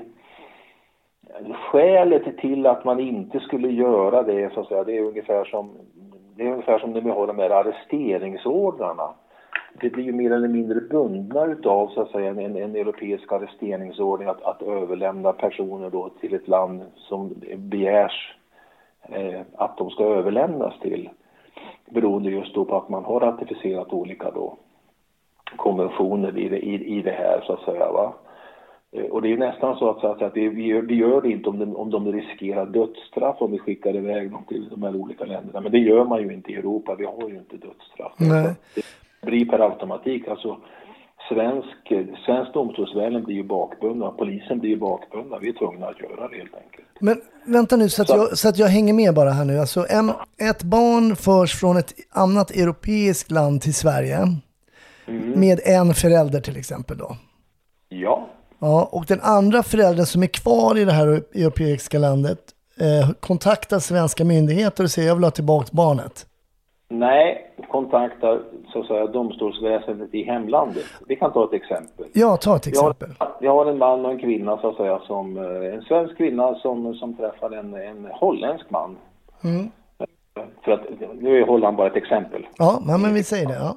skälet till att man inte skulle göra det så att säga, det är ungefär som när vi har de här arresteringsordrarna. Det blir ju mer eller mindre bundna utav så att säga en europeisk arresteringsordning att överlämna personer då till ett land som begärs att de ska överlämnas till, beroende just då på att man har ratificerat olika då konventioner i det här så att säga, va. Och det är ju nästan så att vi gör det inte om de riskerar dödsstraff om vi skickar iväg dem till de här olika länderna. Men det gör man ju inte i Europa, vi har ju inte dödsstraff. Nej. Det blir per automatik. Alltså svensk domstolsvägen blir ju bakbundna, polisen blir ju bakbundna. Vi är tvungna att göra det helt enkelt. Men vänta nu så att jag hänger med bara här nu. Alltså ett barn förs från ett annat europeiskt land till Sverige med en förälder till exempel då. Ja. Ja, och den andra föräldern som är kvar i det här europeiska landet kontaktar svenska myndigheter och säger jag vill ha tillbaka barnet. Nej, kontaktar så att säga domstolsväsendet i hemlandet. Vi kan ta ett exempel. Ja, ta ett exempel. Jag har en man och en kvinna så att säga, som en svensk kvinna som träffar en holländsk man. För att nu är Holland bara ett exempel. Ja, men vi säger det, ja.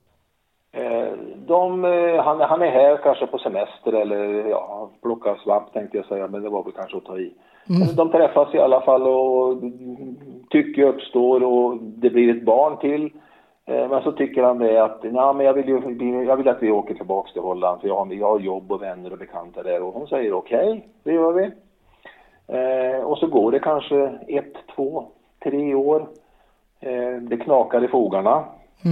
Han är här kanske på semester eller plockar svamp tänkte jag säga, men det var väl kanske att ta i. De träffas i alla fall och tycker uppstår och det blir ett barn till. Men så tycker han det att men jag vill att vi åker tillbaka till Holland för jag har jobb och vänner och bekanta där. Och hon säger okej, det gör vi. Och så går det kanske 1, 2, 3 år. Det knakar i fogarna.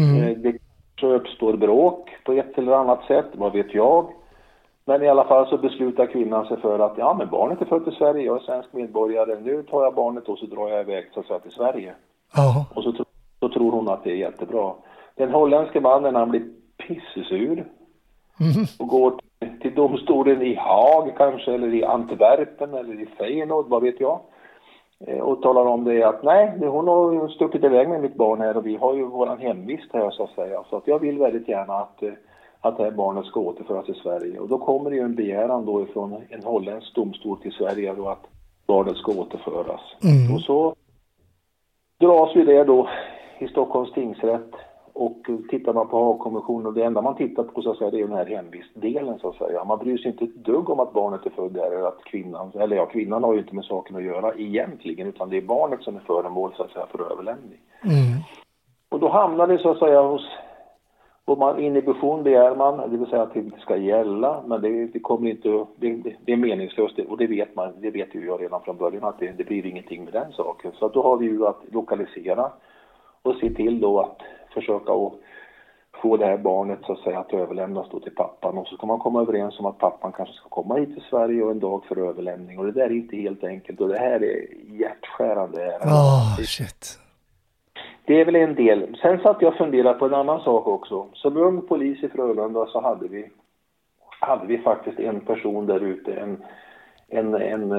Så uppstår bråk på ett eller annat sätt, vad vet jag. Men i alla fall så beslutar kvinnan sig för att men barnet är fött i Sverige, jag är svensk medborgare, nu tar jag barnet och så drar jag iväg så att säga till Sverige. Och så tror hon att det är jättebra. Den holländske mannen, han blir pissesur och går till domstolen i Haag kanske, eller i Antwerpen eller i Feyenoord, vad vet jag. Och talar om det att hon har stuckit iväg med mitt barn här och vi har ju våran hemvist här så att säga. Så att jag vill väldigt gärna att det här barnet ska återföras till Sverige. Och då kommer det ju en begäran då ifrån en holländsk domstol till Sverige då att barnet ska återföras. Och så dras vi det då i Stockholms tingsrätt och tittar man på Haagkonventionen och det enda man tittar på så att säga, det är den här hemvistdelen så att säga. Man bryr sig inte ett dugg om att barnet är född där eller att kvinnan har ju inte med saken att göra egentligen utan det är barnet som är föremål så att säga för överlämning. Och då hamnar det så att säga och man inhibition begär man, det vill säga att det ska gälla, men det kommer inte, det är meningslöst och det vet ju jag redan från början att det blir ingenting med den saken. Så att då har vi ju att lokalisera och se till då att försöka att få det här barnet så att säga att överlämnas då till pappan och så kan man komma överens om att pappan kanske ska komma hit till Sverige och en dag för överlämning och det där är inte helt enkelt och det här är hjärtskärande. Shit. Det är väl en del. Sen satt jag och funderade på en annan sak också. Som ung polis i Frölunda så hade vi faktiskt en person där ute, en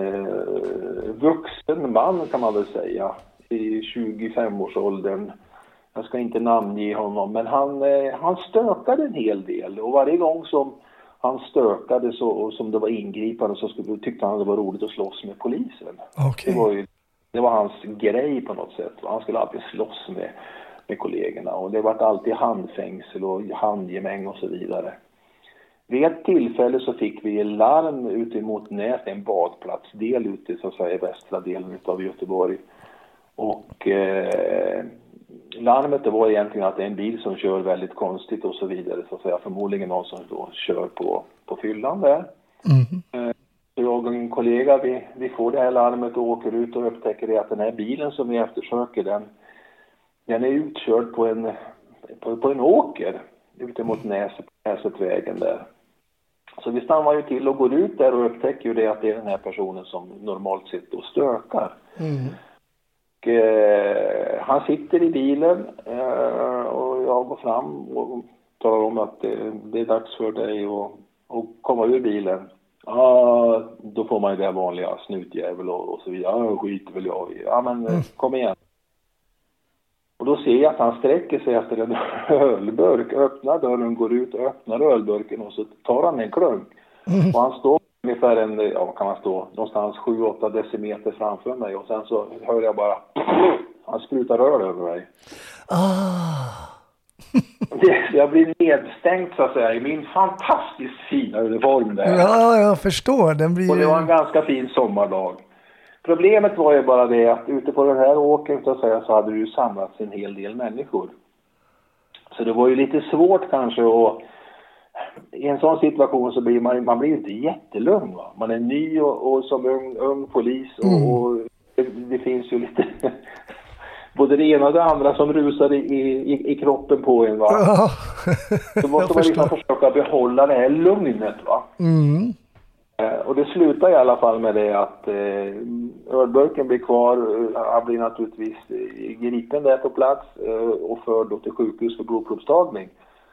vuxen man kan man väl säga i 25-årsåldern. Jag ska inte namnge honom, men han stökade en hel del och varje gång som han stökade och som det var ingripande så tyckte han det var roligt att slåss med polisen. Okay. Det var hans grej på något sätt. Han skulle alltid slåss med kollegorna och det var alltid handfängsel och handgemäng och så vidare. Vid ett tillfälle så fick vi larm ute mot Näs, en badplatsdel ute så att säga i västra delen av Göteborg. Och larmet det var egentligen att det är en bil som kör väldigt konstigt och så vidare så att säga. Förmodligen någon som då kör på fyllan där. Jag och en kollega vi får det här larmet och åker ut och upptäcker det att den här bilen som vi eftersöker den är utkörd på en åker ute mot Näsetvägen där. Så vi stannar ju till och går ut där och upptäcker ju det att det är den här personen som normalt sett då stökar. Och, han sitter i bilen och jag går fram och talar om att det är dags för dig att komma ur bilen. Då får man ju det vanliga snutjävel och så vidare. Skit väl jag i. Kom igen. Och då ser jag att han sträcker sig efter en ölburk, öppnar dörren, går ut och öppnar ölburken och så tar han en klunk. Och han står ungefär kan man stå någonstans 7-8 decimeter framför mig och sen så hör jag bara han sprutar öl över mig. Jag blir nedstängt så att säga i min fantastiskt fina uniform där. Ja, jag förstår. Och det var en ganska fin sommardag. Problemet var ju bara det att ute på den här åkern så hade det ju samlats en hel del människor. Så det var ju lite svårt kanske och i en sån situation så blir man blir ju inte jättelugn va. Man är ny och som ung polis och det finns ju lite både det ena och det andra som rusar i kroppen på en, va? Ja. Så måste man liksom försöka behålla det här lugnet, va? Mm. Och det slutar i alla fall med det att ölburken blir kvar. Han blir naturligtvis gripen där på plats och förd då till sjukhus för blodprovstagning.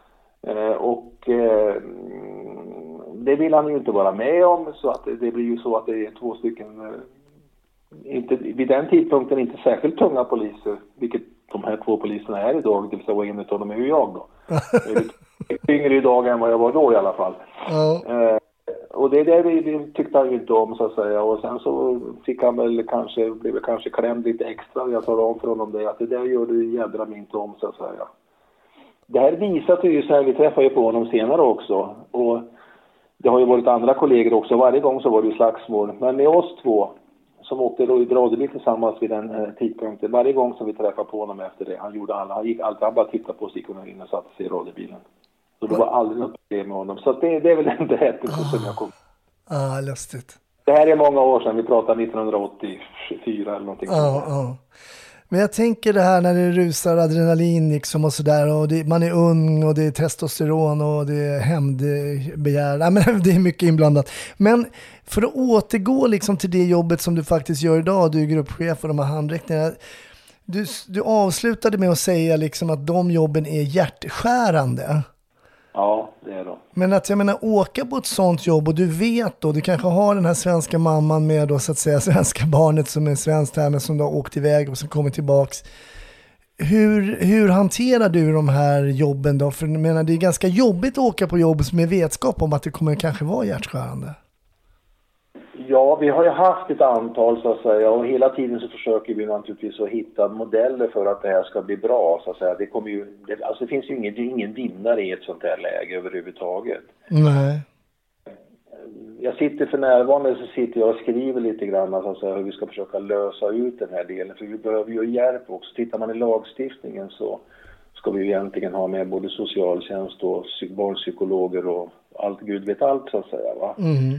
Det vill han ju inte vara med om, så att det blir ju så att det är 2 stycken inte, vid den tidpunkten inte särskilt tunga poliser, vilket de här 2 poliserna är idag, det vill säga en av dem är ju jag då. Jag är lite yngre idag än vad jag var då i alla fall. Ja. Och det vi tyckte han ju inte om, så att säga. Och sen så fick han blev kanske klämd lite extra. Jag talade om för honom det, att det där gör du jädra inte om, så att säga. Det här visar sig ju så här, vi träffade ju på honom senare också. Och det har ju varit andra kollegor också. Varje gång så var det ju slagsmål. Men med oss 2 som åkte då i dragbil tillsammans vid den tidpunkten. Varje gång som vi träffade på honom efter det, han gick alltid, han bara tittade på sig och in och satte sig i radiobilen. Så det var aldrig något problem med honom. Så det är väl en berättelse som jag kom. Lustigt. Det här är många år sedan, vi pratar 1984 eller någonting. Ja. Men jag tänker det här när det rusar adrenalin liksom och sådär, och man är ung och det är testosteron och det är hämndbegär. Nej, men det är mycket inblandat. Men för att återgå liksom till det jobbet som du faktiskt gör idag, du är gruppchef och de här handräckningarna. Du avslutade med att säga liksom att de jobben är hjärtskärande. Ja, det är de. Men att jag menar, åka på ett sånt jobb och du vet då, du kanske har den här svenska mamman med då, så att säga, svenska barnet som är svenskt här men som då har åkt iväg och som kommer tillbaks. Hur hanterar du de här jobben då? För jag menar, det är ganska jobbigt att åka på jobb med vetskap om att det kommer kanske vara hjärtskärande. Ja, vi har ju haft ett antal, så att säga, och hela tiden så försöker vi naturligtvis att hitta modeller för att det här ska bli bra, så att säga. Det finns ju ingen vinnare i ett sånt här läge överhuvudtaget. Nej. Jag sitter för närvarande och skriver lite grann, så att säga, hur vi ska försöka lösa ut den här delen, för vi behöver ju hjälp också. Tittar man i lagstiftningen så ska vi ju egentligen ha med både socialtjänst och barnpsykologer och allt, Gud vet allt, så att säga, va? Mm.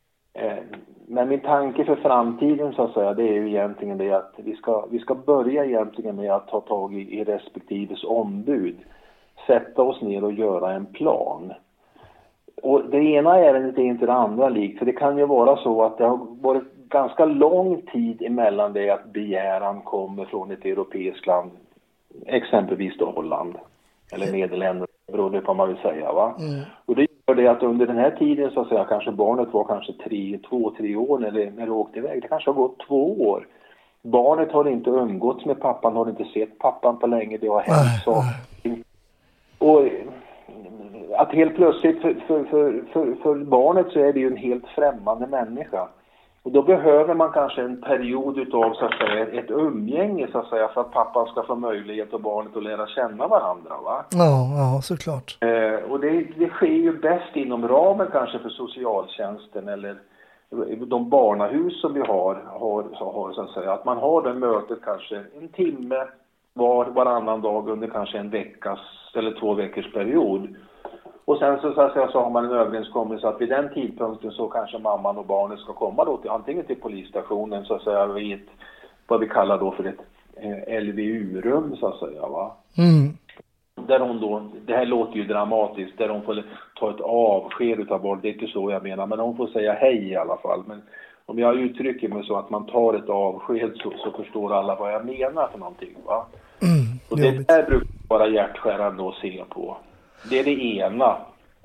Men min tanke för framtiden, så att säga, det är ju egentligen det att vi ska börja egentligen med att ta tag i respektives ombud. Sätta oss ner och göra en plan. Och det ena ärendet är inte det andra likt. För det kan ju vara så att det har varit ganska lång tid emellan det att begäran kommer från ett europeiskt land. Exempelvis då Holland. Eller Nederländerna, beroende på vad man vill säga, va? Mm. Och det gör det att under den här tiden, så att säga, kanske barnet var kanske 2-3 år när det åkte iväg. Det kanske har gått 2 år. Barnet har inte umgåtts med pappan, har inte sett pappan på länge, det har hänt saker. Och att helt plötsligt för barnet så är det ju en helt främmande människa. Och då behöver man kanske en period utav, så att säga, ett umgänge, så att säga, för att pappan ska få möjlighet och barnet att lära känna varandra, va? Ja, såklart. Och det sker ju bäst inom ramen kanske för socialtjänsten eller de barnahus som vi har så att säga. Att man har det mötet kanske en timme varannan dag under kanske en veckas eller 2 veckors period. Och sen så att säga, så har man en överenskommelse att vid den tidpunkten så kanske mamman och barnet ska komma då till, antingen till polisstationen, så att säga, vid vad vi kallar då för ett LVU-rum, så att säga, va? Mm. Där hon då, det här låter ju dramatiskt, där hon får ta ett avsked utav barnet, det är inte så jag menar, men hon får säga hej i alla fall. Men om jag uttrycker mig så att man tar ett avsked så förstår alla vad jag menar för någonting, va? Mm, och det där brukar vara hjärtskärande att se på. Det är det ena.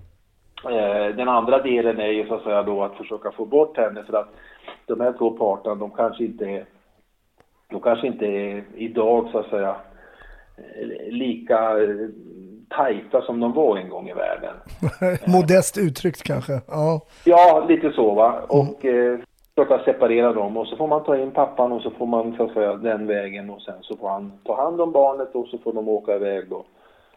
Den andra delen är ju, så att säga, då att försöka få bort henne, för att de här 2 parterna, de kanske inte är idag, så att säga, lika tajta som de var en gång i världen. Modest uttryckt kanske. Ja, lite så, va. Och försöka separera dem, och så får man ta in pappan och så får man, så att säga, den vägen, och sen så får han ta hand om barnet och så får de åka iväg då.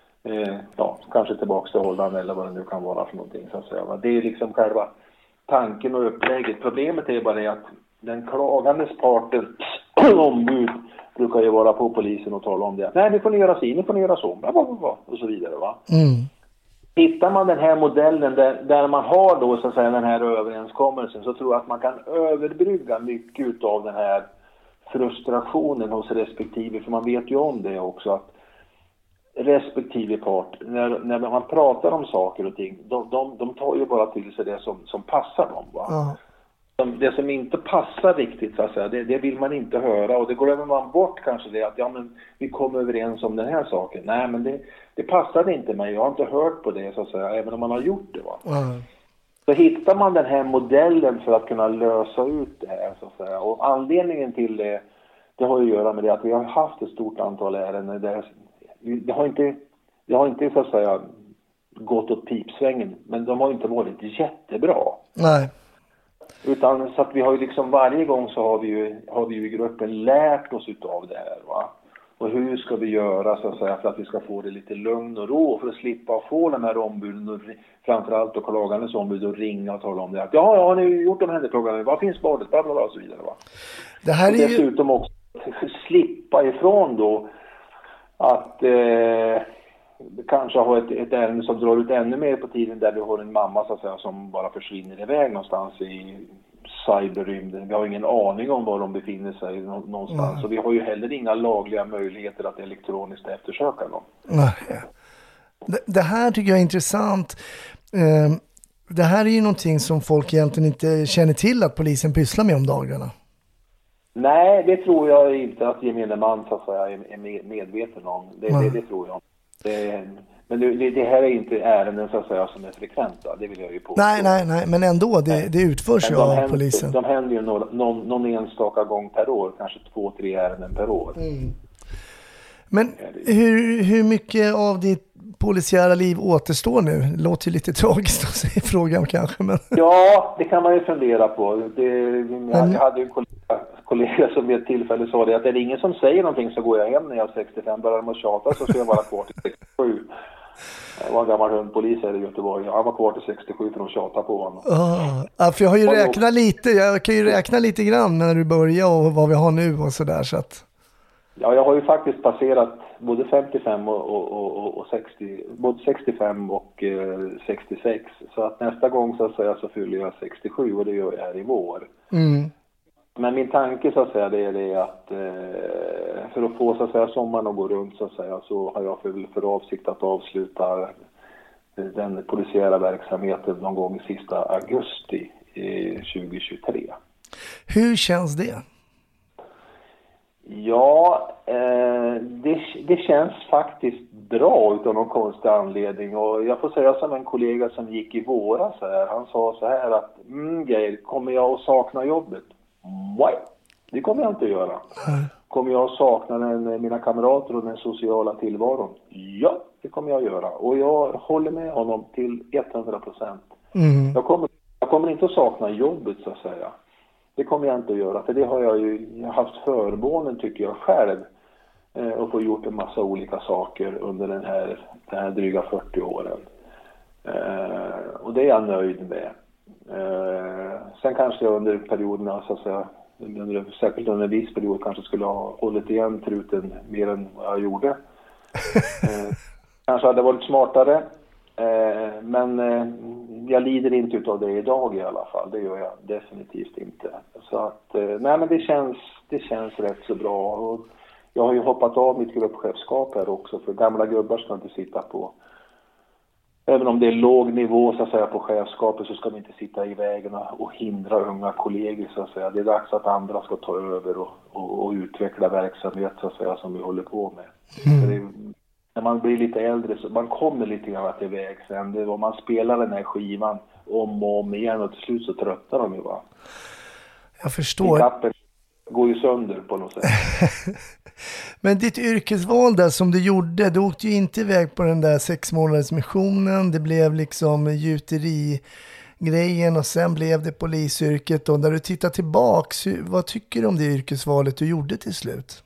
Kanske tillbaka till Holland eller vad det nu kan vara för någonting, så att säga. Det är liksom själva tanken och upplägget. Problemet är bara det att den klagandes parten ombud brukar ju vara på polisen och tala om det. Nej, ni får ni göra si, ni får ni göra så, och så vidare, va? Mm. Hittar man den här modellen där man har då, så att säga, den här överenskommelsen, så tror jag att man kan överbrygga mycket av den här frustrationen hos respektive, för man vet ju om det också, att respektive part, när man pratar om saker och ting, de tar ju bara till sig det som passar dem, va? Ja. Det som inte passar riktigt, så att säga, det vill man inte höra, och det glömmer man bort kanske, det att ja, men vi kommer överens om den här saken. Nej, men det passade inte mig, jag har inte hört på det, så att säga, även om man har gjort det, va? Så hittar man den här modellen för att kunna lösa ut det här, så att säga. Och anledningen till det har ju att göra med det att vi har haft ett stort antal ärenden där det har inte så att säga gått åt pipsvängen, men de har inte varit jättebra. Nej. Utan så att vi har ju liksom varje gång så har vi ju i gruppen lärt oss utav det här, va. Och hur ska vi göra, så att säga, för att vi ska få det lite lugn och ro, för att slippa få den här ombuden, och framförallt och klagandes ombud, och ringa och tala om det. Att ja, har ni gjort de här programmen? Vad finns badet? Bla bla bla och så vidare, va. Det här är ju... Dessutom också slippa ifrån då att kanske ha ett ärende som drar ut ännu mer på tiden, där vi har en mamma, så att säga, som bara försvinner iväg någonstans i cyberrymden. Vi har ingen aning om var de befinner sig någonstans. Så vi har ju heller inga lagliga möjligheter att elektroniskt eftersöka dem. Nej. Det här tycker jag är intressant. Det här är ju någonting som folk egentligen inte känner till att polisen pysslar med om dagarna. Nej, det tror jag inte att gemene man, så att säga, är medveten om. Det tror jag. Men det här är inte ärenden, så att säga, som är frekventa, det vill jag ju påstå. Nej, men ändå, det utförs ju av polisen. De händer ju någon enstaka gång per år, kanske 2-3 ärenden per år. Men hur mycket av ditt polisiära liv återstår nu? Det låter ju lite tragiskt att säga frågan kanske. Men... Ja, det kan man ju fundera på. Jag hade ju en kollega som vid ett tillfälle sa det, att är det ingen som säger någonting så går jag hem när jag är 65. Börjar de att tjata så ska jag vara kvar till 67. Jag var en gammal hundpolis här i Göteborg. Han var kvar till 67 för de tjatade på honom. Ja, för jag har ju räknat lite. Jag kan ju räkna lite grann när du börjar och vad vi har nu och sådär. Så att... Ja, jag har ju faktiskt passerat både 55 och 60, både 65 och 66. Så att nästa gång, så att säga, så fyller jag 67, och det gör jag här i vår. Men min tanke, så att säga, det är det att för att få, så att säga, sommaren att gå runt, så att säga, så har jag för avsikt att avsluta den polisiära verksamheten någon gång i sista augusti 2023. Hur känns det? Ja, det känns faktiskt bra utan någon konstig anledning, och jag får säga som en kollega som gick i våras här, han sa så här att Geir, kommer jag att sakna jobbet? Nej, det kommer jag inte att göra. Kommer jag att sakna mina kamrater och den sociala tillvaron? Ja, det kommer jag att göra, och jag håller med honom till 100%. Jag kommer inte att sakna jobbet, så att säga. Det kommer jag inte att göra, för det har jag ju haft förmånen, tycker jag själv, och få gjort en massa olika saker under den här dryga 40 åren. Och det är jag nöjd med. Sen kanske jag under perioderna, så att säga, särskilt under en viss period, kanske skulle ha hållit igen truten mer än vad jag gjorde. Kanske hade varit smartare. Men jag lider inte utav det idag i alla fall. Det gör jag definitivt inte. Så att, nej, men det känns rätt så bra. Och jag har ju hoppat av mitt gruppchefskap här också. För gamla gubbar ska inte sitta på... Även om det är låg nivå, så att säga, på chefskapet, så ska vi inte sitta i vägen och hindra unga kollegor, så att säga. Det är dags att andra ska ta över och utveckla verksamhet, så att säga, som vi håller på med. När man blir lite äldre så man kommer lite grann till väg sen. Om man spelar den här skivan om och om igen, och till slut så tröttar de ju, va. Jag förstår. Kappen går ju sönder på något sätt. Men ditt yrkesval där som du gjorde, du åkte ju inte iväg på den där 6 månaders missionen. Det blev liksom gjuterigrejen och sen blev det polisyrket. Och när du tittar tillbaks, vad tycker du om det yrkesvalet du gjorde till slut?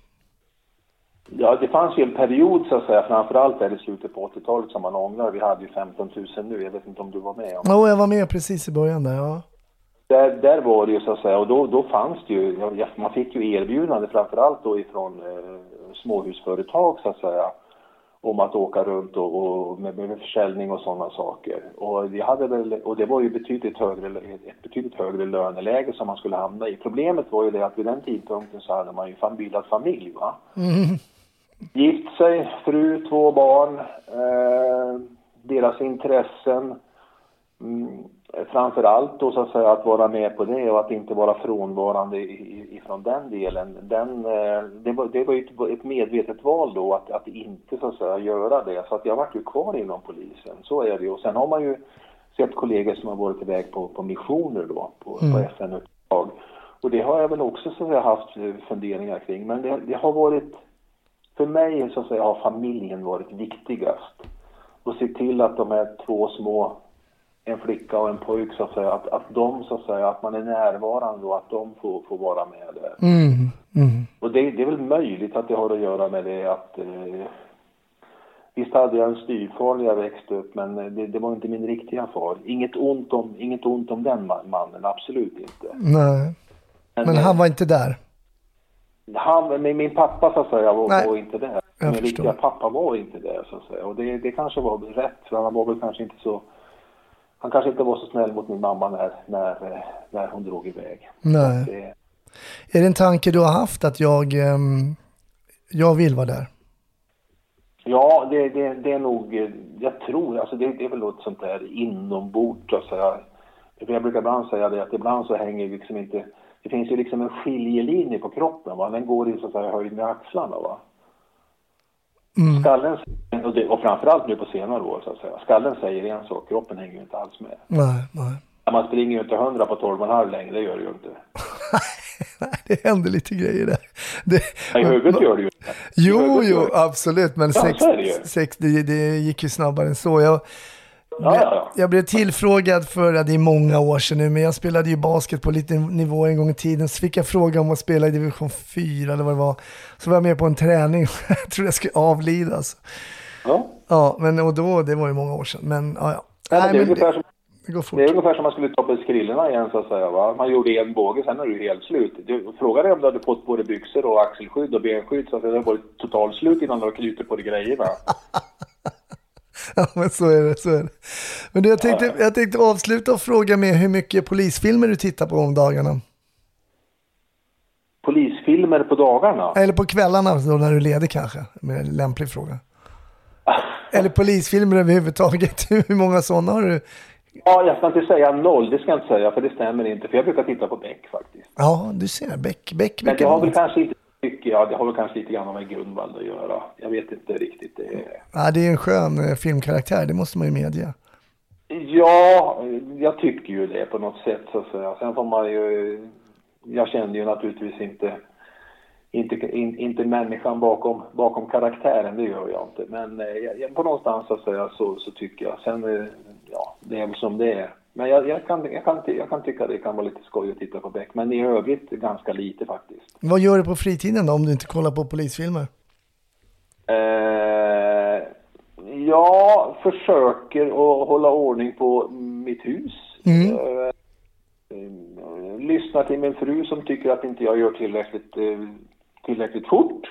Ja, det fanns ju en period, så att säga, framförallt där i slutet på 80-talet som man ångrar. Vi hade ju 15 000 nu, jag vet inte om du var med om. Ja, jag var med precis i början där, ja. Där var det ju, så att säga, och då fanns det ju, man fick ju erbjudande framförallt då ifrån småhusföretag, så att säga, om att åka runt och med försäljning och sådana saker. Och det var ju ett betydligt högre löneläge som man skulle hamna i. Problemet var ju det att vid den tidpunkten så hade man ju bildat familj, va? Gift sig, fru, 2 barn, deras intressen, framförallt då så att säga att vara med på det och att inte vara frånvarande ifrån den delen. Det var ju ett medvetet val då att inte så att säga göra det. Så att jag var ju kvar inom polisen, så är det ju. Och sen har man ju sett kollegor som har varit iväg på missioner då, på FN-uppdrag. Och det har jag väl också så att säga haft funderingar kring. Men det har varit, för mig så att säga har familjen varit viktigast. Och se till att de här 2 små, en flicka och en pojk så att säga, att de så att säga, att man är närvarande och att de får vara med där. Och det är väl möjligt att det har att göra med det att visst hade jag en styvfar när jag växte upp, men det var inte min riktiga far. Inget ont om den mannen, absolut inte. Nej. Men han var inte där? Min pappa så att säga var inte där. Min riktiga pappa var inte där så att säga. Och det kanske var rätt, för han var väl kanske inte så... Han kanske inte var så snäll mot min mamma när hon drog iväg. Nej. Är det en tanke du har haft att jag vill vara där? Ja, det är nog, jag tror, alltså det är väl något sånt där inombords så att säga. Jag brukar ibland säga det att ibland så hänger liksom inte, det finns ju liksom en skiljelinje på kroppen, va? Den går i så att säga höjd med axlarna, va? Skallen, och framförallt nu på senare år så att säga, skallen säger en sak, kroppen hänger ju inte alls med. Nej. Man springer ju inte 100 på 12,5 längre, det gör det ju inte. Nej, det händer lite grejer där. I huvudet gör det ju inte. Jo, absolut, men det gick ju snabbare än så. Jag blev tillfrågad för det är många år sedan nu, men jag spelade ju basket på lite nivå en gång i tiden, så fick jag fråga om att spela i division 4 eller vad det var. Så var jag med på en träning och jag tror jag skulle avlidas. Ja, men och då, det var ju många år sedan, men ja. Nej, det är ungefär som man skulle ta på skrillorna igen så att säga, va? Man gjorde en båge, sen är det ju helt slut. Du frågade om du hade fått både byxor och axelskydd och benskydd, så att det hade varit totalt slut innan du har knutit på de grejerna. Ja, men så är det. Men du, jag tänkte avsluta och fråga med hur mycket polisfilmer du tittar på om dagarna. Polisfilmer på dagarna? Eller på kvällarna då, när du leder kanske, med en lämplig fråga. Eller polisfilmer överhuvudtaget. Hur många sådana har du? Ja, jag ska inte säga 0, det ska jag inte säga, för det stämmer inte. För jag brukar titta på Beck faktiskt. Ja, du ser, Beck. Men det har väl kanske inte det har väl kanske lite grann med Grunwald att göra. Jag vet inte riktigt. Ja, det är en skön filmkaraktär, det måste man ju medge. Ja, jag tycker ju det på något sätt så att säga. Sen får man ju... Jag kände ju naturligtvis inte människan bakom karaktären, det gör jag inte. Men på någonstans så att säga så tycker jag. Sen, ja, det är väl som det är. Men jag kan tycka det kan vara lite skoj att titta på Beck. Men i övrigt ganska lite faktiskt. Vad gör du på fritiden då om du inte kollar på polisfilmer? Jag försöker att hålla ordning på mitt hus. Lyssnar till min fru som tycker att inte jag gör tillräckligt fort.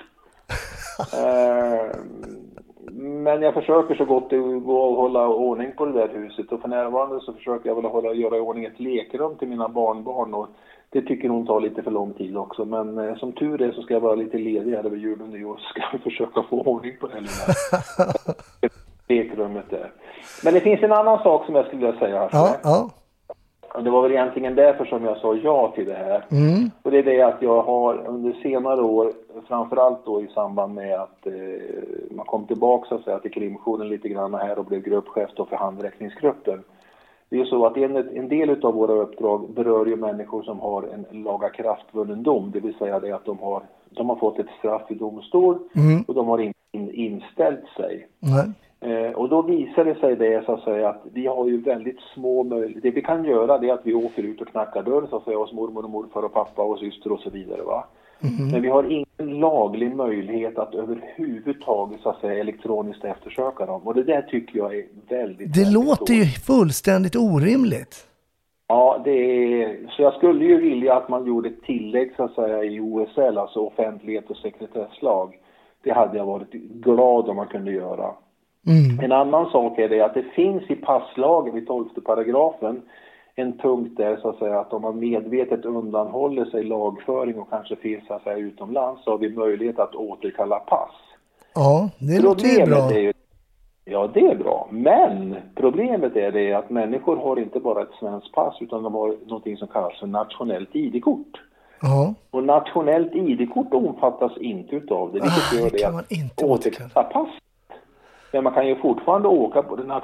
Men jag försöker så gott det går att hålla ordning på det där huset. Och för närvarande så försöker jag väl göra i ordning ett lekrum till mina barnbarn. Och det tycker hon tar lite för lång tid också. Men som tur är så ska jag vara lite ledig här över jul och nyår. Så ska jag försöka få ordning på det lilla lekrummet där. Men det finns en annan sak som jag skulle vilja säga här. Ja. Och det var väl egentligen därför som jag sa ja till det här. Och det är det att jag har under senare år, framförallt då i samband med att man kom tillbaka så att säga, till krimmissionen lite grann här och blev gruppchef då för handräckningsgruppen. Det är så att en del av våra uppdrag berör ju människor som har en lagakraftvunnen dom. Det vill säga det att de har fått ett straff i domstol och de har inställt sig. Och då visar det sig det så att säga att vi har ju väldigt små möjligheter. Det vi kan göra det är att vi åker ut och knackar dörr så att säga hos mormor och morfar och pappa och syster och så vidare, va. Men vi har ingen laglig möjlighet att överhuvudtaget så att säga elektroniskt eftersöka dem. Och det där tycker jag är väldigt låter ju fullständigt orimligt. Ja, så jag skulle ju vilja att man gjorde ett tillägg så att säga i OSL, alltså offentlighet och sekretesslag, Det hade jag varit glad om man kunde göra. En annan sak är det att det finns i passlagen i 12:e paragrafen en punkt där så att säga att om man medvetet undanhåller sig lagföring och kanske finns så att säga utomlands, så har vi möjlighet att återkalla pass. Ja, det låter ju bra. Ja, det är bra. Men problemet är det att människor har inte bara ett svenskt pass utan de har någonting som kallas för nationellt ID-kort. Ja. Och nationellt ID-kort omfattas inte utav det. Vilket gör det att återkalla pass. Men man kan ju fortfarande åka på det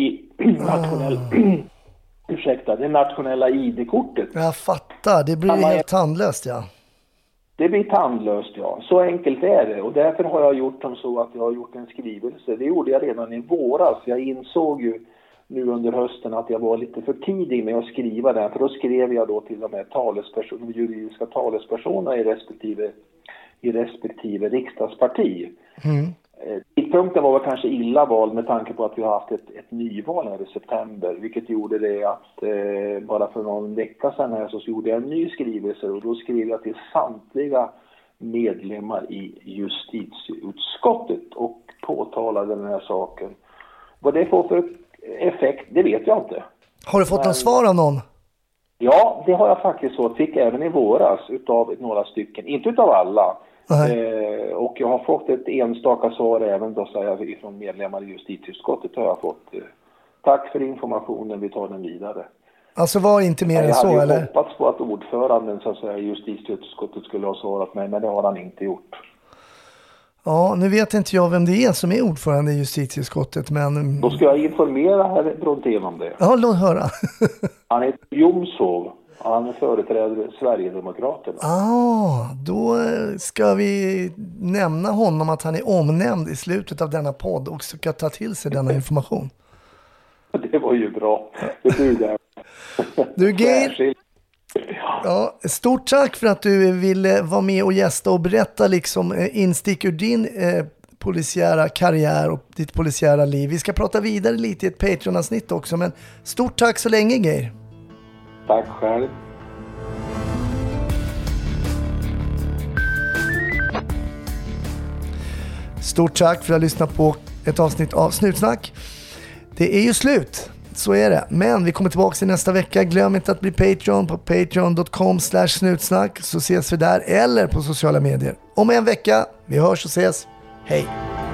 nationella ID-kortet. Jag fattar, det blir helt tandlöst, ja. Det blir tandlöst, ja. Så enkelt är det. Och därför har jag gjort som så att jag har gjort en skrivelse. Det gjorde jag redan i våras. Jag insåg ju nu under hösten att jag var lite för tidig med att skriva den. För då skrev jag då till de här juridiska talespersonerna i respektive riksdagsparti. Tidpunkten var väl kanske illa vald med tanke på att vi har haft ett nyval här i september, vilket gjorde det att bara för någon vecka sedan här så gjorde jag en ny skrivelse och då skrev jag till samtliga medlemmar i justitieutskottet och påtalade den här saken. Vad det får för effekt, det vet jag inte. Har du fått någon svar av någon? Ja, det har jag faktiskt fått. Fick även i våras utav några stycken, inte utav alla. Och jag har fått ett enstaka svar även då, så jag, från medlemmar i justitieutskottet har jag fått tack för informationen, vi tar den vidare. Alltså var inte mer än så, eller? Jag hade hoppats på att ordföranden så att säga, i justitieutskottet skulle ha svarat mig, men det har han inte gjort. Ja, nu vet inte jag vem det är som är ordförande i justitieutskottet, men... Då ska jag informera herr Brontén om det. Ja, låt höra. Han heter Jomshov. Han företräder Sverigedemokraterna. Då ska vi nämna honom att han är omnämnd i slutet av denna podd och ska ta till sig denna information. Det var ju bra. Det blir det. Du, Geir, ja, stort tack för att du ville vara med och gästa och berätta liksom instick ur din polisiära karriär och ditt polisiära liv. Vi ska prata vidare lite i ett Patreon-avsnitt också, men stort tack så länge, Geir. Tack själv. Stort tack för att du har lyssnat på ett avsnitt av Snutsnack. Det är ju slut, så är det. Men vi kommer tillbaka i nästa vecka. Glöm inte att bli Patreon på patreon.com/snutsnack, så ses vi där eller på sociala medier. Om en vecka, vi hörs och ses. Hej!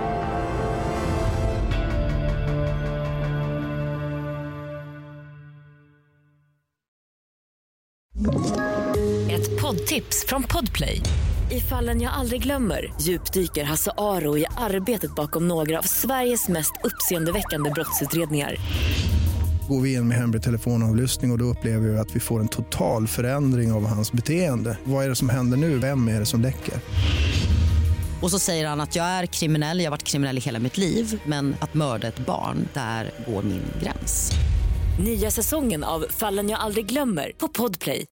Ett poddtips från Podplay. I Fallen jag aldrig glömmer djupdyker Hasse Aro i arbetet bakom några av Sveriges mest uppseendeväckande brottsutredningar. Går vi in med hemlig telefonavlyssning och då upplever vi att vi får en total förändring av hans beteende. Vad är det som händer nu? Vem är det som läcker? Och så säger han att jag är kriminell, jag har varit kriminell i hela mitt liv. Men att mörda ett barn, där går min gräns. Nya säsongen av Fallen jag aldrig glömmer på Podplay.